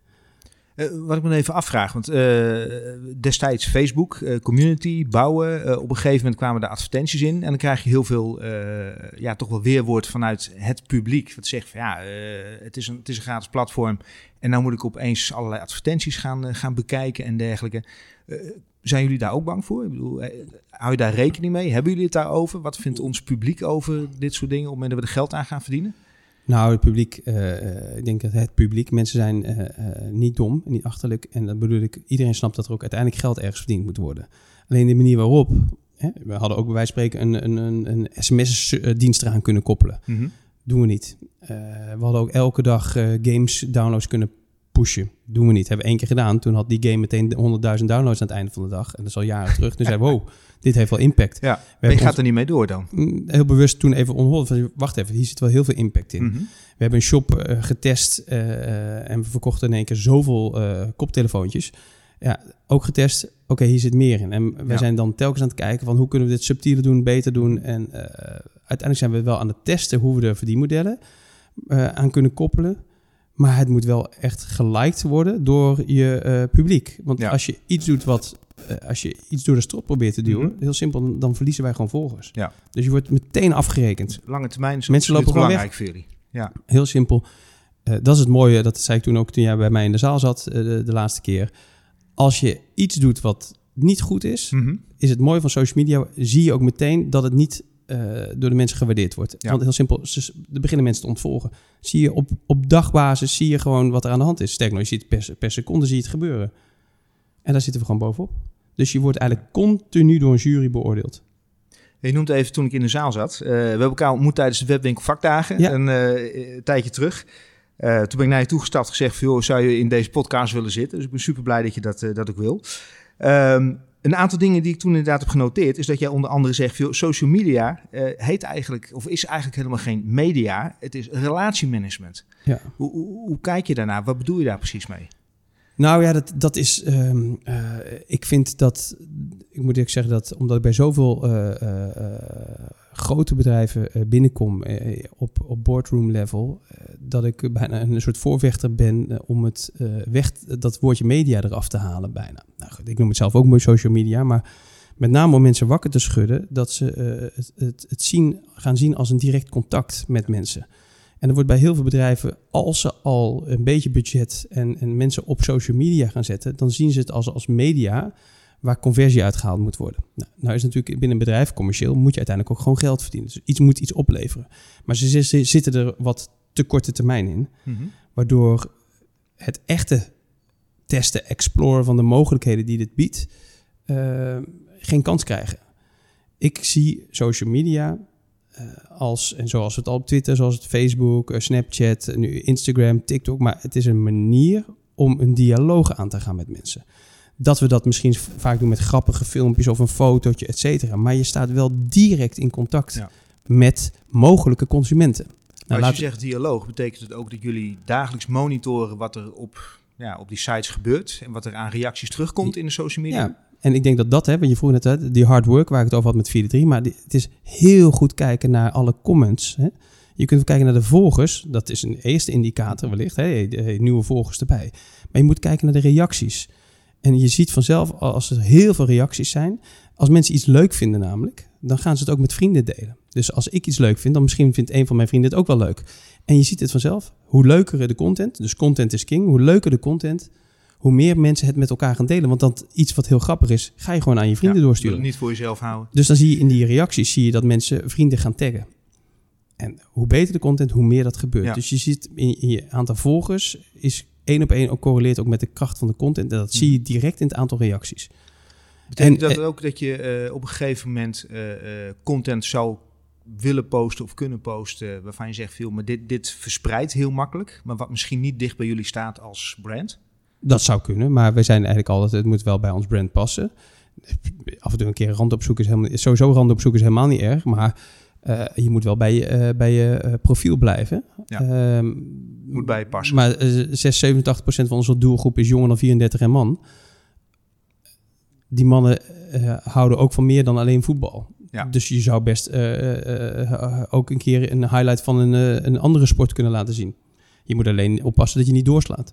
Wat ik me even afvraag, want destijds Facebook, community, bouwen. Op een gegeven moment kwamen de advertenties in. En dan krijg je heel veel, toch wel weerwoord vanuit het publiek. Wat zegt van het is een gratis platform. En nou moet ik opeens allerlei advertenties gaan bekijken en dergelijke. Zijn jullie daar ook bang voor? Ik bedoel, hou je daar rekening mee? Hebben jullie het daarover? Wat vindt ons publiek over dit soort dingen op het moment dat we er geld aan gaan verdienen? Nou, het publiek, ik denk dat het publiek, mensen zijn niet dom en niet achterlijk. En dat bedoel ik, iedereen snapt dat er ook uiteindelijk geld ergens verdiend moet worden. Alleen de manier waarop, we hadden ook bij wijze van spreken een sms-dienst eraan kunnen koppelen. Mm-hmm. Doen we niet. We hadden ook elke dag games downloads kunnen pushen. Doen we niet. Hebben we 1 keer gedaan. Toen had die game meteen 100.000 downloads aan het einde van de dag. En dat is al jaren terug. Toen zeiden we, wow, dit heeft wel impact. Ja, maar je gaat er niet mee door dan? Heel bewust toen even onhold. Wacht even, hier zit wel heel veel impact in. Mm-hmm. We hebben een shop getest en we verkochten in 1 keer zoveel koptelefoontjes. Ja, ook getest. Oké, hier zit meer in. En wij zijn dan telkens aan het kijken van hoe kunnen we dit subtieler doen, beter doen. En uiteindelijk zijn we wel aan het testen hoe we de verdienmodellen aan kunnen koppelen. Maar het moet wel echt geliked worden door je publiek. Want als je iets doet als je iets door de strot probeert te duwen, heel simpel, dan verliezen wij gewoon volgers. Ja. Dus je wordt meteen afgerekend. Lange termijn is mensen lopen gewoon weg. Voor jullie. Ja. Heel simpel. Dat is het mooie, dat zei ik toen ook toen jij bij mij in de zaal zat de laatste keer. Als je iets doet wat niet goed is, is het mooie van social media, zie je ook meteen dat het niet door de mensen gewaardeerd wordt. Ja. Want heel simpel, er beginnen mensen te ontvolgen. Zie je op dagbasis, zie je gewoon wat er aan de hand is. Sterker nog, je ziet het per seconde zie je het gebeuren. En daar zitten we gewoon bovenop. Dus je wordt eigenlijk continu door een jury beoordeeld. Je noemt even toen ik in de zaal zat. We hebben elkaar ontmoet tijdens de Webwinkel vakdagen, een tijdje terug. Toen ben ik naar je toegestapt gezegd van, joh, zou je in deze podcast willen zitten? Dus ik ben super blij dat je dat ook wil. Een aantal dingen die ik toen inderdaad heb genoteerd, is dat jij onder andere zegt, joh, social media heet eigenlijk, of is eigenlijk helemaal geen media. Het is relatiemanagement. Ja. Hoe kijk je daarnaar? Wat bedoel je daar precies mee? Nou ja, dat is... ik vind dat... Ik moet eerlijk zeggen dat omdat ik bij zoveel grote bedrijven binnenkom op boardroom level, dat ik bijna een soort voorvechter ben om het dat woordje media eraf te halen bijna. Nou, ik noem het zelf ook mooi social media, maar met name om mensen wakker te schudden, dat ze het gaan zien als een direct contact met mensen. En er wordt bij heel veel bedrijven, als ze al een beetje budget en mensen op social media gaan zetten, dan zien ze het als media waar conversie uitgehaald moet worden. Nou is natuurlijk binnen een bedrijf, commercieel, moet je uiteindelijk ook gewoon geld verdienen. Dus iets moet iets opleveren. Maar ze zitten er wat te korte termijn in, waardoor het echte testen, exploren van de mogelijkheden die dit biedt, geen kans krijgen. Ik zie social media en zoals het al op Twitter, zoals het Facebook, Snapchat, nu Instagram, TikTok, maar het is een manier om een dialoog aan te gaan met mensen. Dat we dat misschien vaak doen met grappige filmpjes of een fotootje, et cetera. Maar je staat wel direct in contact met mogelijke consumenten. Nou, als je zegt dialoog, betekent het ook dat jullie dagelijks monitoren wat er op die sites gebeurt en wat er aan reacties terugkomt in de social media? Ja. En ik denk dat want je vroeg net uit, die hard work waar ik het over had met 4-3, maar het is heel goed kijken naar alle comments. Hè. Je kunt kijken naar de volgers, dat is een eerste indicator wellicht, nieuwe volgers erbij. Maar je moet kijken naar de reacties. En je ziet vanzelf, als er heel veel reacties zijn, als mensen iets leuk vinden namelijk, dan gaan ze het ook met vrienden delen. Dus als ik iets leuk vind, dan misschien vindt een van mijn vrienden het ook wel leuk. En je ziet het vanzelf, hoe leuker de content, dus content is king, hoe leuker de content, hoe meer mensen het met elkaar gaan delen. Want dat iets wat heel grappig is, ga je gewoon aan je vrienden doorsturen. Wil het niet voor jezelf houden. Dus dan zie je in die reacties dat mensen vrienden gaan taggen. En hoe beter de content, hoe meer dat gebeurt. Ja. Dus je ziet in je aantal volgers is 1 op 1 ook correleert ook met de kracht van de content. En dat zie je direct in het aantal reacties. Betekent dat ook dat je op een gegeven moment content zou willen posten of kunnen posten waarvan je zegt veel, maar dit verspreidt heel makkelijk, maar wat misschien niet dicht bij jullie staat als brand? Dat zou kunnen, maar wij zijn eigenlijk altijd, het moet wel bij ons brand passen. Af en toe een keer randopzoek sowieso randopzoek is helemaal niet erg, maar je moet wel bij je profiel blijven. Ja, moet bij je passen. Maar 86% van onze doelgroep is jonger dan 34 en man. Die mannen houden ook van meer dan alleen voetbal. Ja. Dus je zou best ook een keer een highlight van een andere sport kunnen laten zien. Je moet alleen oppassen dat je niet doorslaat.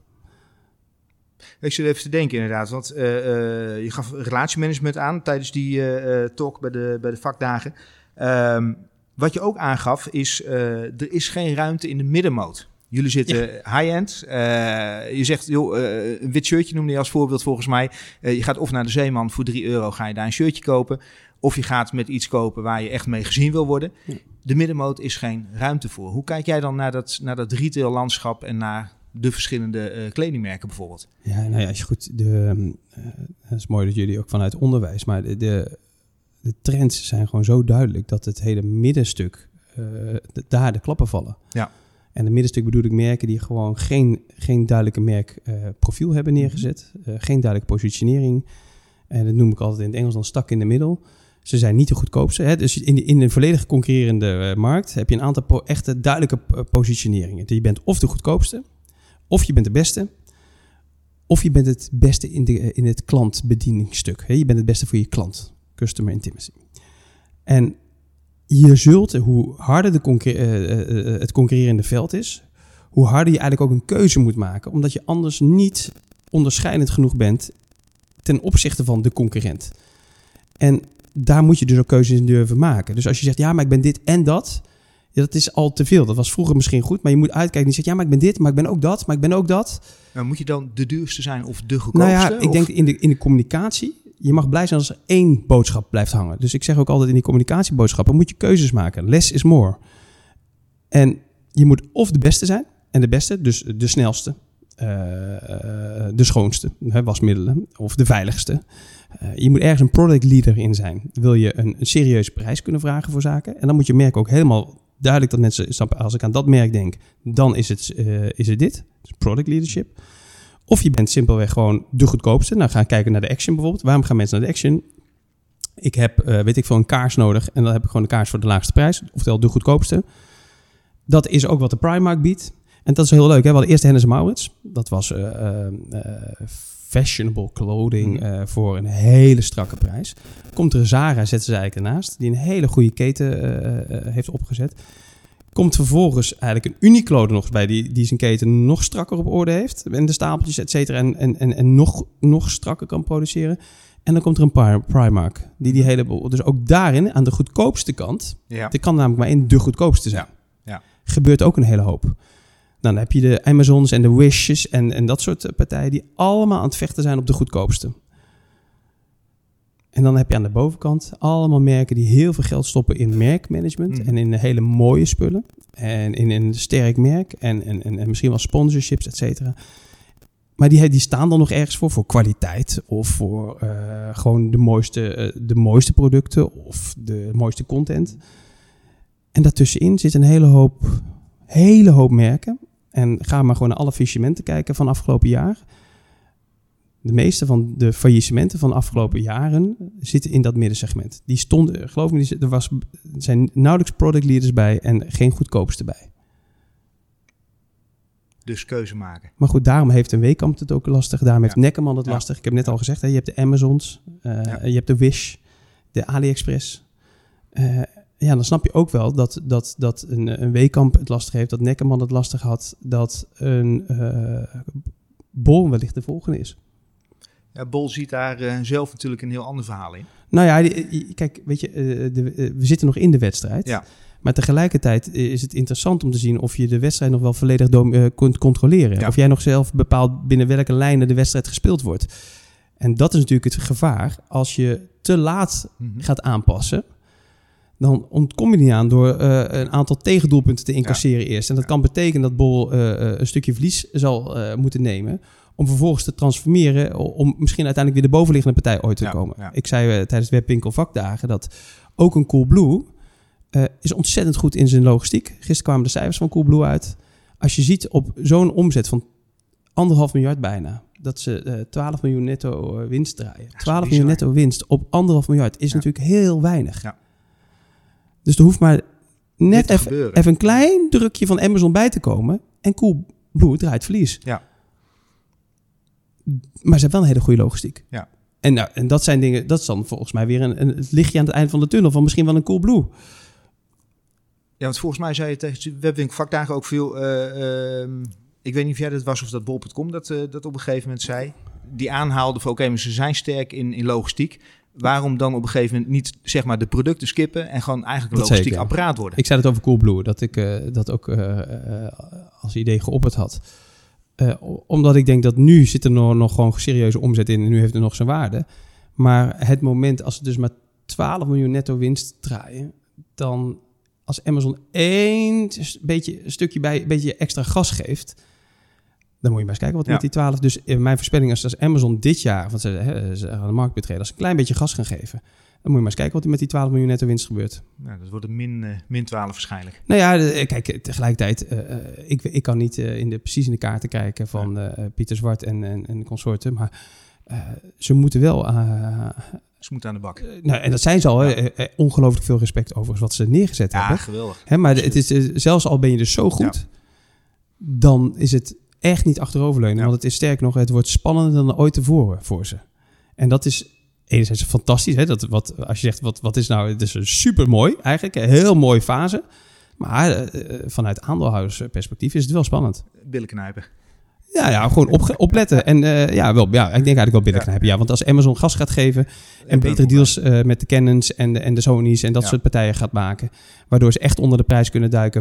Ik zit even te denken inderdaad, want je gaf relatiemanagement aan tijdens die talk bij de vakdagen. Wat je ook aangaf is, er is geen ruimte in de middenmoot. Jullie zitten high-end. Je zegt, een wit shirtje noemde je als voorbeeld volgens mij. Je gaat of naar de Zeeman voor €3 ga je daar een shirtje kopen. Of je gaat met iets kopen waar je echt mee gezien wil worden. Ja. De middenmoot is geen ruimte voor. Hoe kijk jij dan naar dat retail landschap en naar de verschillende kledingmerken bijvoorbeeld? Ja, nou ja, als je goed. Het is mooi dat jullie ook vanuit onderwijs, maar de trends zijn gewoon zo duidelijk dat het hele middenstuk, daar de klappen vallen. Ja. En het middenstuk bedoel ik merken die gewoon geen duidelijke merkprofiel hebben neergezet. Geen duidelijke positionering. En dat noem ik altijd in het Engels dan stak in de middel. Ze zijn niet de goedkoopste. Hè? Dus in een volledig concurrerende markt heb je een aantal echte duidelijke positioneringen. Je bent of de goedkoopste, of je bent de beste, of je bent het beste in het klantbedieningsstuk. Hè? Je bent het beste voor je klant. Customer intimacy. En je zult, hoe harder het concurrerende veld is, hoe harder je eigenlijk ook een keuze moet maken. Omdat je anders niet onderscheidend genoeg bent ten opzichte van de concurrent. En daar moet je dus ook keuzes in durven maken. Dus als je zegt, ja, maar ik ben dit en dat, ja, dat is al te veel. Dat was vroeger misschien goed, maar je moet uitkijken. En je zegt, ja, maar ik ben dit, maar ik ben ook dat, maar ik ben ook dat. Nou, moet je dan de duurste zijn of de goedkoopste? Nou ja, ik denk in de communicatie, je mag blij zijn als er één boodschap blijft hangen. Dus ik zeg ook altijd in die communicatieboodschappen moet je keuzes maken. Less is more. En je moet of de beste zijn, en de beste, dus de snelste, de schoonste, wasmiddelen, of de veiligste. Je moet ergens een product leader in zijn. Wil je een serieuze prijs kunnen vragen voor zaken? En dan moet je merk ook helemaal duidelijk dat mensen snappen, als ik aan dat merk denk, dan is het dit, dus product leadership. Of je bent simpelweg gewoon de goedkoopste. Nou, ga kijken naar de Action bijvoorbeeld. Waarom gaan mensen naar de Action? Ik heb, een kaars nodig en dan heb ik gewoon de kaars voor de laagste prijs. Oftewel de goedkoopste. Dat is ook wat de Primark biedt. En dat is heel leuk. Hè? We hadden eerst Hennes & Mauritz. Dat was fashionable clothing voor een hele strakke prijs. Komt er Zara, zetten ze eigenlijk ernaast. Die een hele goede keten heeft opgezet. Komt vervolgens eigenlijk een Uniqlo er nog bij, die zijn keten nog strakker op orde heeft. En de stapeltjes, et cetera, en nog strakker kan produceren. En dan komt er een Primark, die hele... Dus ook daarin, aan de goedkoopste kant, er kan namelijk maar één de goedkoopste zijn. Ja. Gebeurt ook een hele hoop. Dan heb je de Amazons en de Wishes en dat soort partijen die allemaal aan het vechten zijn op de goedkoopste. En dan heb je aan de bovenkant allemaal merken die heel veel geld stoppen in merkmanagement en in hele mooie spullen. En in een sterk merk en misschien wel sponsorships, et cetera. Maar die staan dan nog ergens voor kwaliteit of voor gewoon de mooiste producten of de mooiste content. En daartussenin zit een hele hoop merken. En ga maar gewoon naar alle faillissementen kijken van afgelopen jaar. De meeste van de faillissementen van de afgelopen jaren zitten in dat middensegment. Die stonden, geloof me, er zijn nauwelijks product leaders bij en geen goedkoopste bij. Dus keuze maken. Maar goed, daarom heeft een Weekamp het ook lastig. Daarom heeft Neckerman het lastig. Ik heb net al gezegd, hè, je hebt de Amazons, je hebt de Wish, de AliExpress. Dan snap je ook wel dat een Weekamp het lastig heeft, dat Neckerman het lastig had, dat een Bol wellicht de volgende is. Ja, Bol ziet daar zelf natuurlijk een heel ander verhaal in. Nou ja, kijk, weet je, we zitten nog in de wedstrijd. Ja. Maar tegelijkertijd is het interessant om te zien of je de wedstrijd nog wel volledig kunt controleren. Ja. Of jij nog zelf bepaalt binnen welke lijnen de wedstrijd gespeeld wordt. En dat is natuurlijk het gevaar. Als je te laat gaat aanpassen, dan ontkom je niet aan door een aantal tegendoelpunten te incasseren eerst. En dat kan betekenen dat Bol een stukje verlies zal moeten nemen, om vervolgens te transformeren, om misschien uiteindelijk weer de bovenliggende partij ooit te komen. Ja. Ik zei tijdens de Webwinkel vakdagen dat ook een Coolblue is ontzettend goed in zijn logistiek. Gisteren kwamen de cijfers van Coolblue uit. Als je ziet op zo'n omzet van 1,5 miljard bijna, dat ze 12 miljoen netto winst draaien. 12 miljoen netto winst op 1,5 miljard is natuurlijk heel weinig. Ja. Dus er hoeft maar net even een klein drukje van Amazon bij te komen en Coolblue draait verlies. Ja. Maar ze hebben wel een hele goede logistiek. Ja. En dat zijn dingen, dat is dan volgens mij weer een lichtje aan het eind van de tunnel van misschien wel een Coolblue. Ja, want volgens mij zei je tegen de Webwinkel vakdagen ook veel. Ik weet niet of jij dat was of dat Bol.com dat op een gegeven moment zei. Die aanhaalde van oké, maar ze zijn sterk in logistiek. waarom dan op een gegeven moment niet zeg maar de producten skippen en gewoon eigenlijk een logistiek apparaat worden? Ik zei het over Coolblue, dat ik dat ook als idee geopperd had. Omdat ik denk dat nu zit er nog gewoon serieuze omzet in en nu heeft het nog zijn waarde. Maar het moment als het dus maar 12 miljoen netto winst draaien, dan als Amazon een beetje extra gas geeft, dan moet je maar eens kijken wat met die 12. Dus mijn voorspelling is als Amazon dit jaar, want ze gaan de markt betreden, als ze een klein beetje gas gaan geven, dan moet je maar eens kijken wat er met die 12 miljoen netto winst gebeurt. Nou, dat wordt een min 12 waarschijnlijk. Nou ja, kijk, tegelijkertijd, ik kan niet precies in de kaarten kijken van Pieter Zwart en consorten, maar ze moeten wel... Ze moeten aan de bak. Nou, en dat zijn ze al. Ongelooflijk veel respect overigens wat ze neergezet hebben. Ja, geweldig. Maar het is, zelfs al ben je dus zo goed, dan is het echt niet achteroverleunen. Want het is sterk nog, het wordt spannender dan ooit tevoren voor ze. En dat is enerzijds fantastisch. Hè? Als je zegt, wat is nou... Het is super mooi eigenlijk. Een heel mooie fase. Maar vanuit aandeelhoudersperspectief is het wel spannend. Billen knijpen. Ja, gewoon opletten. En ik denk eigenlijk wel billen knijpen. Ja, want als Amazon gas gaat geven en betere deals met de Canons en de Sony's en dat soort partijen gaat maken, waardoor ze echt onder de prijs kunnen duiken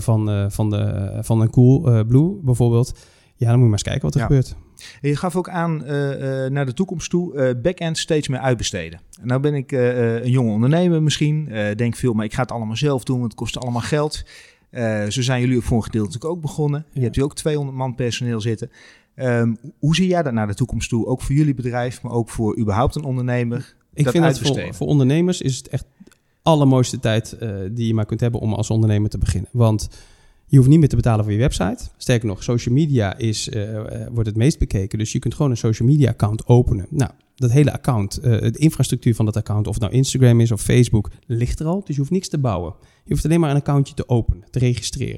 van een Coolblue bijvoorbeeld. Ja, dan moet je maar eens kijken wat er gebeurt. En je gaf ook aan naar de toekomst toe back-end steeds meer uitbesteden. En nou ben ik een jonge ondernemer misschien. Denk veel, maar ik ga het allemaal zelf doen, want het kost allemaal geld. Zo zijn jullie voor een gedeelte natuurlijk ook begonnen. Je hebt hier ook 200 man personeel zitten. Hoe zie jij dat naar de toekomst toe? Ook voor jullie bedrijf, maar ook voor überhaupt een ondernemer? Ik vind dat voor ondernemers is het echt de allermooiste tijd die je maar kunt hebben om als ondernemer te beginnen. Want je hoeft niet meer te betalen voor je website. Sterker nog, social media wordt het meest bekeken. Dus je kunt gewoon een social media account openen. Nou, dat hele account, de infrastructuur van dat account, of het nou Instagram is of Facebook, ligt er al. Dus je hoeft niks te bouwen. Je hoeft alleen maar een accountje te openen, te registreren.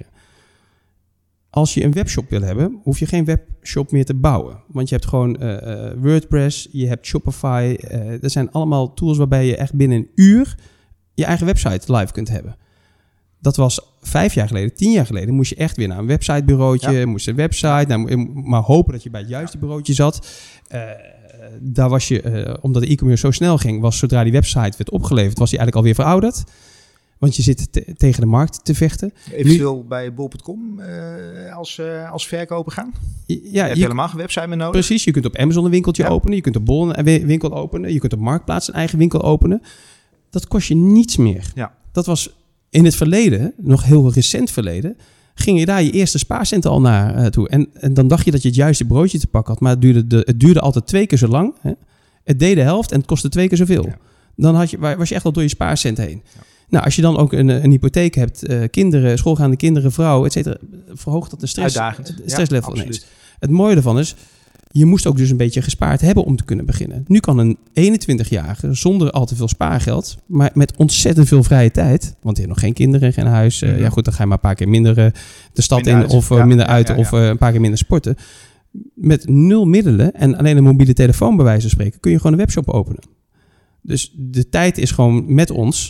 Als je een webshop wil hebben, hoef je geen webshop meer te bouwen. Want je hebt gewoon WordPress, je hebt Shopify. Dat zijn allemaal tools waarbij je echt binnen een uur je eigen website live kunt hebben. Dat was 5 jaar geleden, 10 jaar geleden, moest je echt weer naar een websitebureautje, moest een website, maar hopen dat je bij het juiste bureautje zat. Daar was je, omdat de e-commerce zo snel ging, was zodra die website werd opgeleverd, was die eigenlijk alweer verouderd. Want je zit tegen de markt te vechten. Eventueel bij bol.com als verkoper gaan? Ja, je hebt helemaal geen website meer nodig. Precies, je kunt op Amazon een winkeltje openen. Je kunt op Bol een winkel openen. Je kunt op Marktplaats een eigen winkel openen. Dat kost je niets meer. Ja. Dat was in het verleden, nog heel recent verleden, ging je daar je eerste spaarcenten al naartoe. En dan dacht je dat je het juiste broodje te pakken had. Maar het duurde altijd 2 keer zo lang. Hè? Het deed de helft en het kostte 2 keer zoveel. Ja. Dan was je echt al door je spaarcent heen. Ja. Nou, als je dan ook een hypotheek hebt, kinderen, schoolgaande kinderen, vrouw, et cetera, verhoogt dat de stresslevel ineens. Het mooie ervan is, je moest ook dus een beetje gespaard hebben om te kunnen beginnen. Nu kan een 21-jarige zonder al te veel spaargeld, maar met ontzettend veel vrije tijd, want die heeft nog geen kinderen, geen huis. Ja goed, dan ga je maar een paar keer minder de stad minder in uit. Of minder uit of een paar keer minder sporten. Met 0 middelen en alleen een mobiele telefoon bij wijze van spreken kun je gewoon een webshop openen. Dus de tijd is gewoon met ons.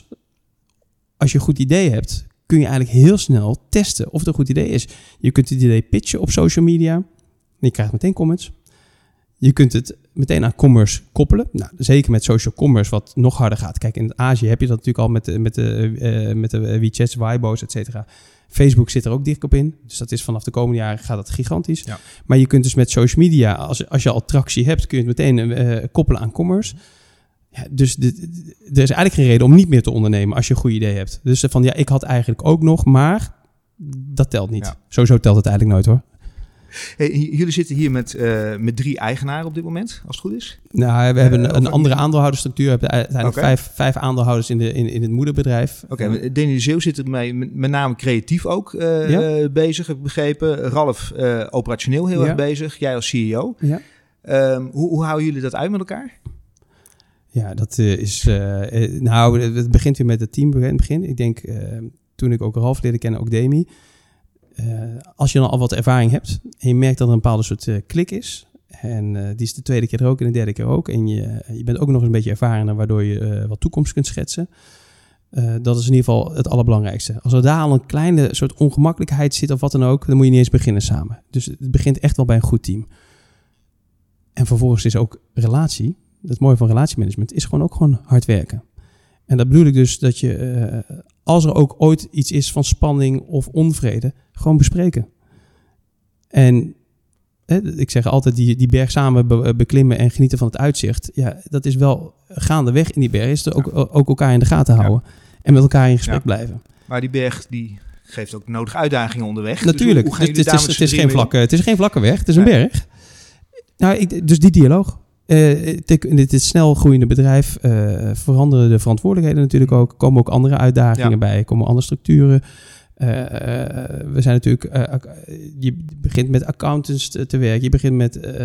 Als je een goed idee hebt, kun je eigenlijk heel snel testen of het een goed idee is. Je kunt het idee pitchen op social media. En je krijgt meteen comments. Je kunt het meteen aan commerce koppelen. Nou, zeker met social commerce, wat nog harder gaat. Kijk, in Azië heb je dat natuurlijk al met de WeChats, Weibo's, et cetera. Facebook zit er ook dik op in. Dus dat is vanaf de komende jaren gaat dat gigantisch. Ja. Maar je kunt dus met social media, als je al tractie hebt, kun je het meteen koppelen aan commerce. Ja, dus er is eigenlijk geen reden om niet meer te ondernemen als je een goed idee hebt. Dus van ja, ik had eigenlijk ook nog, maar dat telt niet. Ja. Sowieso telt het eigenlijk nooit hoor. Hey, jullie zitten hier met 3 eigenaren op dit moment, als het goed is? Nou, we hebben een andere aandeelhoudersstructuur. We hebben uiteindelijk 5 aandeelhouders in het moederbedrijf. Oké, Danny de Zeeuw zit ermee met name creatief ook bezig, heb ik begrepen. Ralf operationeel heel erg bezig, jij als CEO. Ja. Hoe houden jullie dat uit met elkaar? Ja, dat is... het begint weer met het team in het begin. Ik denk, toen ik ook Ralf leerde kennen, ook Demi. Als je dan al wat ervaring hebt en je merkt dat er een bepaalde soort klik is. En die is de tweede keer er ook en de derde keer ook. En je bent ook nog eens een beetje ervarener, waardoor je wat toekomst kunt schetsen. Dat is in ieder geval het allerbelangrijkste. Als er daar al een kleine soort ongemakkelijkheid zit of wat dan ook, dan moet je niet eens beginnen samen. Dus het begint echt wel bij een goed team. En vervolgens is ook relatie. het mooie van relatiemanagement is gewoon ook gewoon hard werken. En dat bedoel ik dus dat je, als er ook ooit iets is van spanning of onvrede, gewoon bespreken. En ik zeg altijd die berg samen beklimmen en genieten van het uitzicht. Ja, dat is wel gaandeweg in die berg. Is er ook elkaar in de gaten houden. Ja. En met elkaar in gesprek blijven. Maar die berg die geeft ook nodige uitdagingen onderweg. Natuurlijk. Dus het is geen vlakke weg. Het is een berg. Nou, dus die dialoog. Dit is snel groeiende bedrijf. Veranderen de verantwoordelijkheden natuurlijk ook. Komen ook andere uitdagingen bij. Komen andere structuren. We zijn natuurlijk... je begint met accountants te werken. Je begint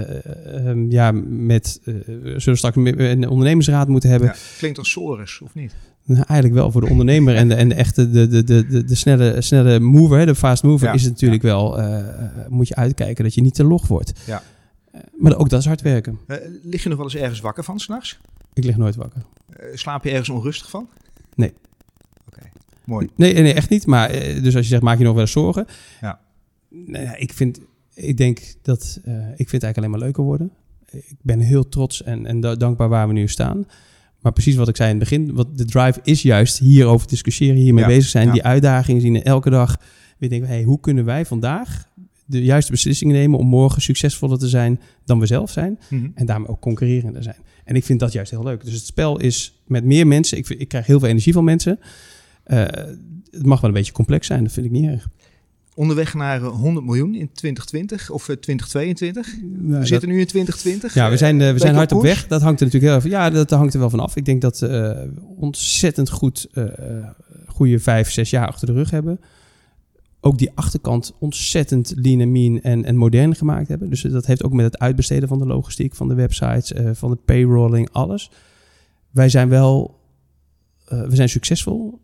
met zullen straks een ondernemersraad moeten hebben. Ja, klinkt als Soros, of niet? Nou, eigenlijk wel voor de ondernemer en de echte de snelle mover, de fast mover, is het natuurlijk wel... moet je uitkijken dat je niet te log wordt. Ja. Maar ook dat is hard werken. Lig je nog wel eens ergens wakker van 's nachts? Ik lig nooit wakker. Slaap je ergens onrustig van? Nee. Oké, mooi. Nee, echt niet. Maar dus als je zegt, maak je nog wel eens zorgen? Ja. Nee, ik vind het eigenlijk alleen maar leuker worden. Ik ben heel trots en dankbaar waar we nu staan. Maar precies wat ik zei in het begin, wat de drive is juist hierover discussiëren, hiermee bezig zijn, die uitdagingen zien en elke dag weer denken, hoe kunnen wij vandaag de juiste beslissingen nemen om morgen succesvoller te zijn dan we zelf zijn en daarmee ook concurrerender zijn. En ik vind dat juist heel leuk. Dus het spel is met meer mensen, ik krijg heel veel energie van mensen. Het mag wel een beetje complex zijn, dat vind ik niet erg. Onderweg naar 100 miljoen in 2020 of 2022. We zitten nu in 2020. Ja, we zijn hard op weg. Dat hangt er natuurlijk heel even. Ja, dat hangt er wel van af. Ik denk dat we ontzettend goede 5-6 jaar achter de rug hebben. Ook die achterkant ontzettend lean en mean en modern gemaakt hebben. Dus dat heeft ook met het uitbesteden van de logistiek, van de websites, van de payrolling, alles. Wij zijn we zijn succesvol.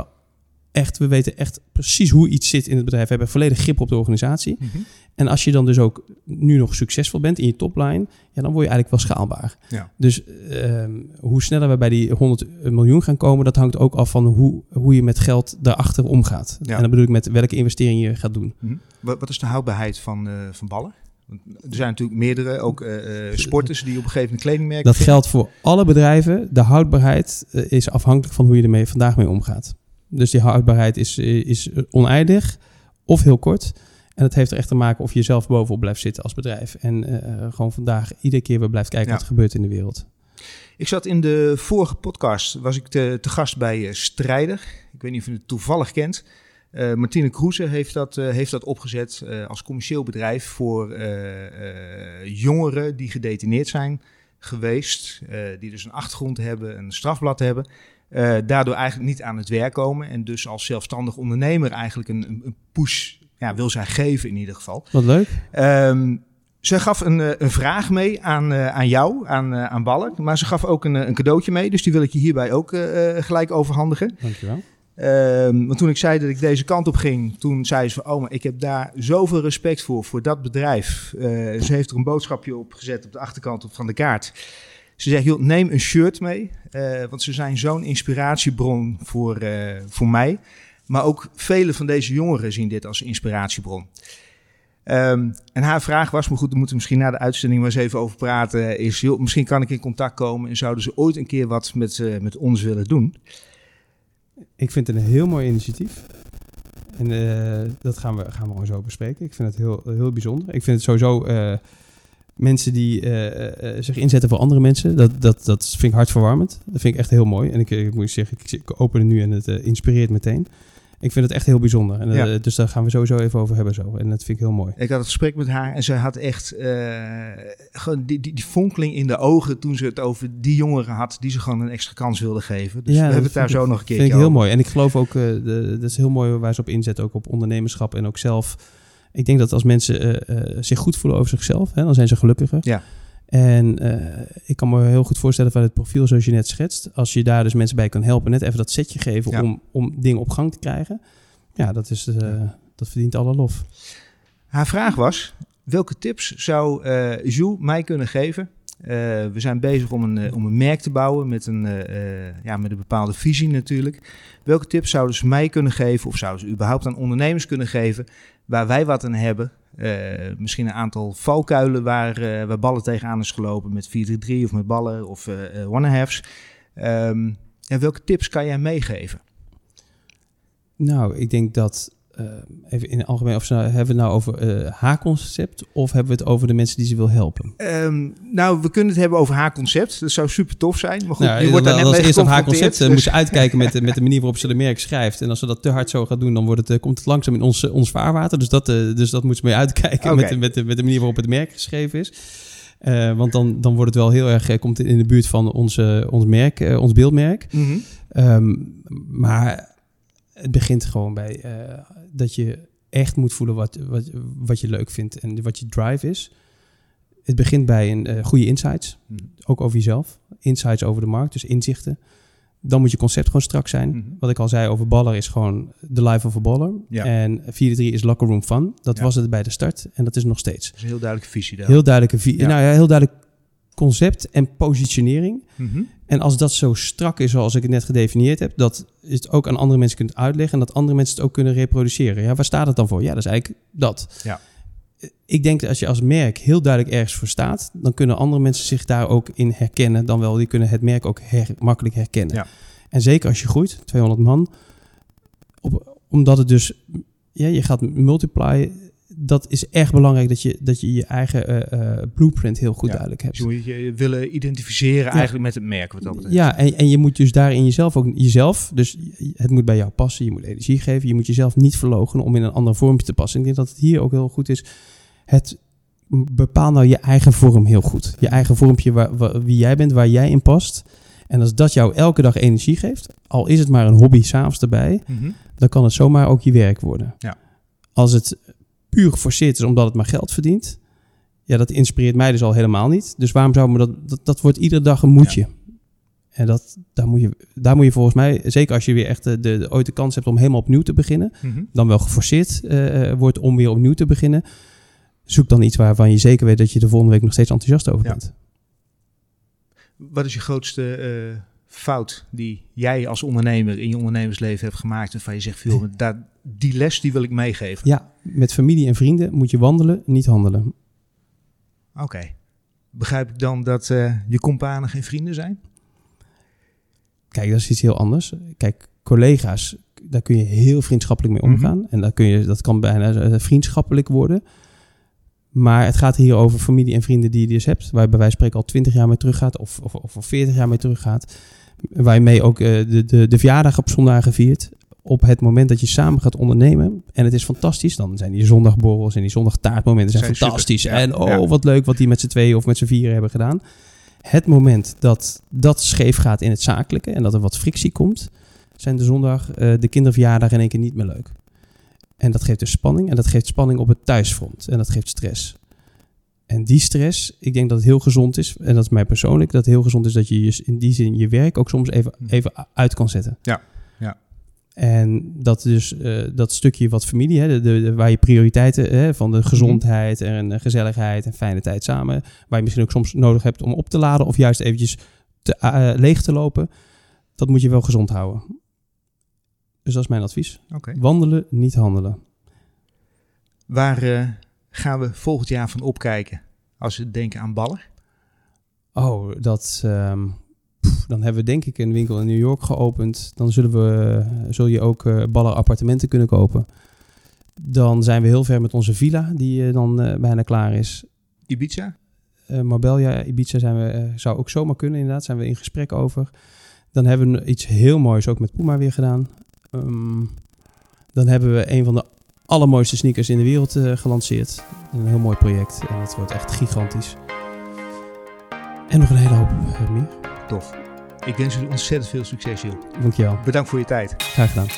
We weten echt precies hoe iets zit in het bedrijf. We hebben volledig grip op de organisatie. Mm-hmm. En als je dan dus ook nu nog succesvol bent in je topline, ja, dan word je eigenlijk wel schaalbaar. Ja. Dus hoe sneller we bij die 100 miljoen gaan komen, dat hangt ook af van hoe je met geld daarachter omgaat. Ja. En dan bedoel ik met welke investering je gaat doen. Mm-hmm. Wat is de houdbaarheid van ballen? Want er zijn natuurlijk meerdere, ook sporters die op een gegeven moment kledingmerken... Dat geldt voor alle bedrijven. De houdbaarheid is afhankelijk van hoe je ermee vandaag mee omgaat. Dus die houdbaarheid is oneindig of heel kort. En dat heeft er echt te maken of je zelf bovenop blijft zitten als bedrijf. En gewoon vandaag iedere keer weer blijft kijken wat er gebeurt in de wereld. Ik zat in de vorige podcast, was ik te gast bij Strijder. Ik weet niet of je het toevallig kent. Martine Kroeze heeft dat opgezet als commercieel bedrijf voor jongeren die gedetineerd zijn geweest. Die dus een achtergrond hebben, een strafblad hebben. Daardoor eigenlijk niet aan het werk komen. En dus als zelfstandig ondernemer eigenlijk een push wil zij geven in ieder geval. Wat leuk. Ze gaf een vraag mee aan jou, aan Baller. Maar ze gaf ook een cadeautje mee. Dus die wil ik je hierbij ook gelijk overhandigen. Dankjewel. Want toen ik zei dat ik deze kant op ging, toen zei ze van, maar ik heb daar zoveel respect voor dat bedrijf. Ze heeft er een boodschapje op gezet op de achterkant van de kaart. Ze zegt, joh, neem een shirt mee, want ze zijn zo'n inspiratiebron voor mij. Maar ook vele van deze jongeren zien dit als inspiratiebron. En haar vraag was, maar goed, daar moeten we misschien na de uitzending maar eens even over praten, is, joh, misschien kan ik in contact komen en zouden ze ooit een keer wat met ons willen doen? Ik vind het een heel mooi initiatief. En dat gaan we gewoon zo bespreken. Ik vind het heel, heel bijzonder. Ik vind het sowieso... mensen die zich inzetten voor andere mensen, dat vind ik hartverwarmend. Dat vind ik echt heel mooi. En ik moet zeggen, ik open het nu en het inspireert meteen. Ik vind het echt heel bijzonder. En, dus daar gaan we sowieso even over hebben zo. En dat vind ik heel mooi. Ik had het gesprek met haar en zij had echt gewoon die fonkeling in de ogen toen ze het over die jongeren had die ze gewoon een extra kans wilde geven. Dus we hebben het daar zo nog een keer over. Vind ik heel mooi. En ik geloof ook, dat is heel mooi waar ze op inzetten, ook op ondernemerschap en ook zelf. Ik denk dat als mensen zich goed voelen over zichzelf, dan zijn ze gelukkiger. Ja. En ik kan me heel goed voorstellen van het profiel zoals je net schetst. Als je daar dus mensen bij kan helpen, net even dat setje geven om dingen op gang te krijgen. Ja, dat verdient alle lof. Haar vraag was, welke tips zou Jules mij kunnen geven? We zijn bezig om een merk te bouwen met een bepaalde visie natuurlijk. Welke tips zouden ze mij kunnen geven of zouden ze überhaupt aan ondernemers kunnen geven waar wij wat aan hebben Misschien een aantal valkuilen waar ballen tegenaan is gelopen met 4-3-3 of met ballen of one-and-halves. En welke tips kan jij meegeven? Nou, ik denk dat, even in het algemeen, hebben we het nou over H-concept of hebben we het over de mensen die ze wil helpen? Nou, we kunnen het hebben over H-concept. Dat zou super tof zijn. Maar goed, je wordt daar net mee geconfronteerd. Als eerst op H-concept moet je uitkijken met de manier waarop ze de merk schrijft. En als ze dat te hard zo gaat doen, dan komt het langzaam in ons vaarwater. Dus dat moet ze mee uitkijken met de manier waarop het merk geschreven is. Want dan wordt het wel heel erg, komt het in de buurt van ons merk, ons beeldmerk. Mm-hmm. Maar het begint gewoon bij dat je echt moet voelen wat je leuk vindt en wat je drive is. Het begint bij een goede insights, ook over jezelf. Insights over de markt, dus inzichten. Dan moet je concept gewoon strak zijn. Mm-hmm. Wat ik al zei over baller is gewoon the life of a baller. Ja. En 4-3 is locker room fun. Dat was het bij de start en dat is nog steeds. Dat is een heel duidelijke visie daar. Heel duidelijke visie. Ja. Nou ja, heel duidelijk concept en positionering. Mm-hmm. En als dat zo strak is zoals ik het net gedefinieerd heb, dat je het ook aan andere mensen kunt uitleggen en dat andere mensen het ook kunnen reproduceren. Ja, waar staat het dan voor? Ja, dat is eigenlijk dat. Ja. Ik denk dat als je als merk heel duidelijk ergens voor staat, dan kunnen andere mensen zich daar ook in herkennen. Dan wel, die kunnen het merk ook makkelijk herkennen. Ja. En zeker als je groeit, 200 man, omdat het dus, je gaat multiplyen. Dat is erg belangrijk dat je je eigen blueprint heel goed duidelijk hebt. Dus je willen identificeren eigenlijk met het merk wat dat betreft. Ja, en je moet dus daarin jezelf, dus het moet bij jou passen, je moet energie geven, je moet jezelf niet verloochenen om in een ander vormpje te passen. Ik denk dat het hier ook heel goed is. Bepaal nou je eigen vorm heel goed. Je eigen vormpje, wie jij bent, waar jij in past. En als dat jou elke dag energie geeft, al is het maar een hobby 's avonds erbij, dan kan het zomaar ook je werk worden. Ja. Als het puur geforceerd is omdat het maar geld verdient, ja, dat inspireert mij dus al helemaal niet. Dus waarom zou me dat wordt iedere dag een moedje. Ja. En daar moet je volgens mij, zeker als je weer echt ooit de kans hebt om helemaal opnieuw te beginnen, dan wel geforceerd wordt om weer opnieuw te beginnen, zoek dan iets waarvan je zeker weet dat je de volgende week nog steeds enthousiast over bent. Wat is je grootste fout die jij als ondernemer in je ondernemersleven hebt gemaakt en van je zegt, veel, die les die wil ik meegeven? Ja, met familie en vrienden moet je wandelen, niet handelen. Oké. Begrijp ik dan dat je companen geen vrienden zijn? Kijk, dat is iets heel anders. Kijk, collega's, daar kun je heel vriendschappelijk mee omgaan. En dat kan bijna vriendschappelijk worden. Maar het gaat hier over familie en vrienden die je dus hebt, waar je bij wijze van spreken al 20 jaar mee teruggaat of 40 jaar mee teruggaat. Waar je mee ook de verjaardag op zondagen viert. Op het moment dat je samen gaat ondernemen. En het is fantastisch. Dan zijn die zondagborrels en die zondagtaartmomenten zijn fantastisch. Ja. En wat leuk wat die met z'n tweeën of met z'n vieren hebben gedaan. Het moment dat scheef gaat in het zakelijke en dat er wat frictie komt, zijn de zondag, de kinderverjaardag in één keer niet meer leuk. En dat geeft dus spanning. En dat geeft spanning op het thuisfront. En dat geeft stress. En die stress, ik denk dat het heel gezond is. En dat is mij persoonlijk. Dat het heel gezond is dat je in die zin je werk ook soms even uit kan zetten. Ja. En dat dus dat stukje wat familie, waar je prioriteiten van de gezondheid en gezelligheid en fijne tijd samen, waar je misschien ook soms nodig hebt om op te laden of juist eventjes leeg te lopen, dat moet je wel gezond houden. Dus dat is mijn advies. Okay. Wandelen, niet handelen. Waar gaan we volgend jaar van opkijken als we denken aan Baller? Oh, dan hebben we denk ik een winkel in New York geopend. Dan zul je ook Baller appartementen kunnen kopen. Dan zijn we heel ver met onze villa, die dan bijna klaar is. Ibiza? Marbella, Ibiza zou ook zomaar kunnen inderdaad. Zijn we in gesprek over. Dan hebben we iets heel moois ook met Puma weer gedaan. Dan hebben we een van de allermooiste sneakers in de wereld gelanceerd. Een heel mooi project en dat wordt echt gigantisch. En nog een hele hoop meer. Tof. Ik wens jullie ontzettend veel succes, Jules. Dankjewel. Bedankt voor je tijd. Graag gedaan.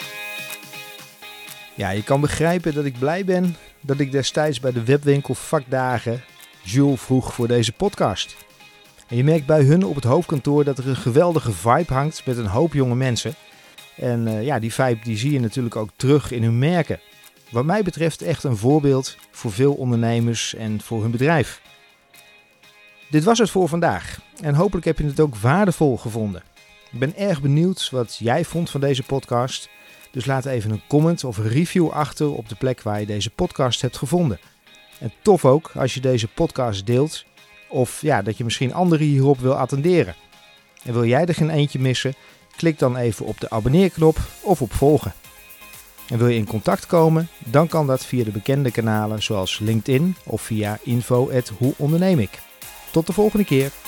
Ja, je kan begrijpen dat ik blij ben dat ik destijds bij de webwinkel Vakdagen Jules vroeg voor deze podcast. En je merkt bij hun op het hoofdkantoor dat er een geweldige vibe hangt met een hoop jonge mensen. En die vibe die zie je natuurlijk ook terug in hun merken. Wat mij betreft echt een voorbeeld voor veel ondernemers en voor hun bedrijf. Dit was het voor vandaag en hopelijk heb je het ook waardevol gevonden. Ik ben erg benieuwd wat jij vond van deze podcast. Dus laat even een comment of een review achter op de plek waar je deze podcast hebt gevonden. En tof ook als je deze podcast deelt of dat je misschien anderen hierop wil attenderen. En wil jij er geen eentje missen? Klik dan even op de abonneerknop of op volgen. En wil je in contact komen? Dan kan dat via de bekende kanalen zoals LinkedIn of via info@hoeonderneemik. Tot de volgende keer.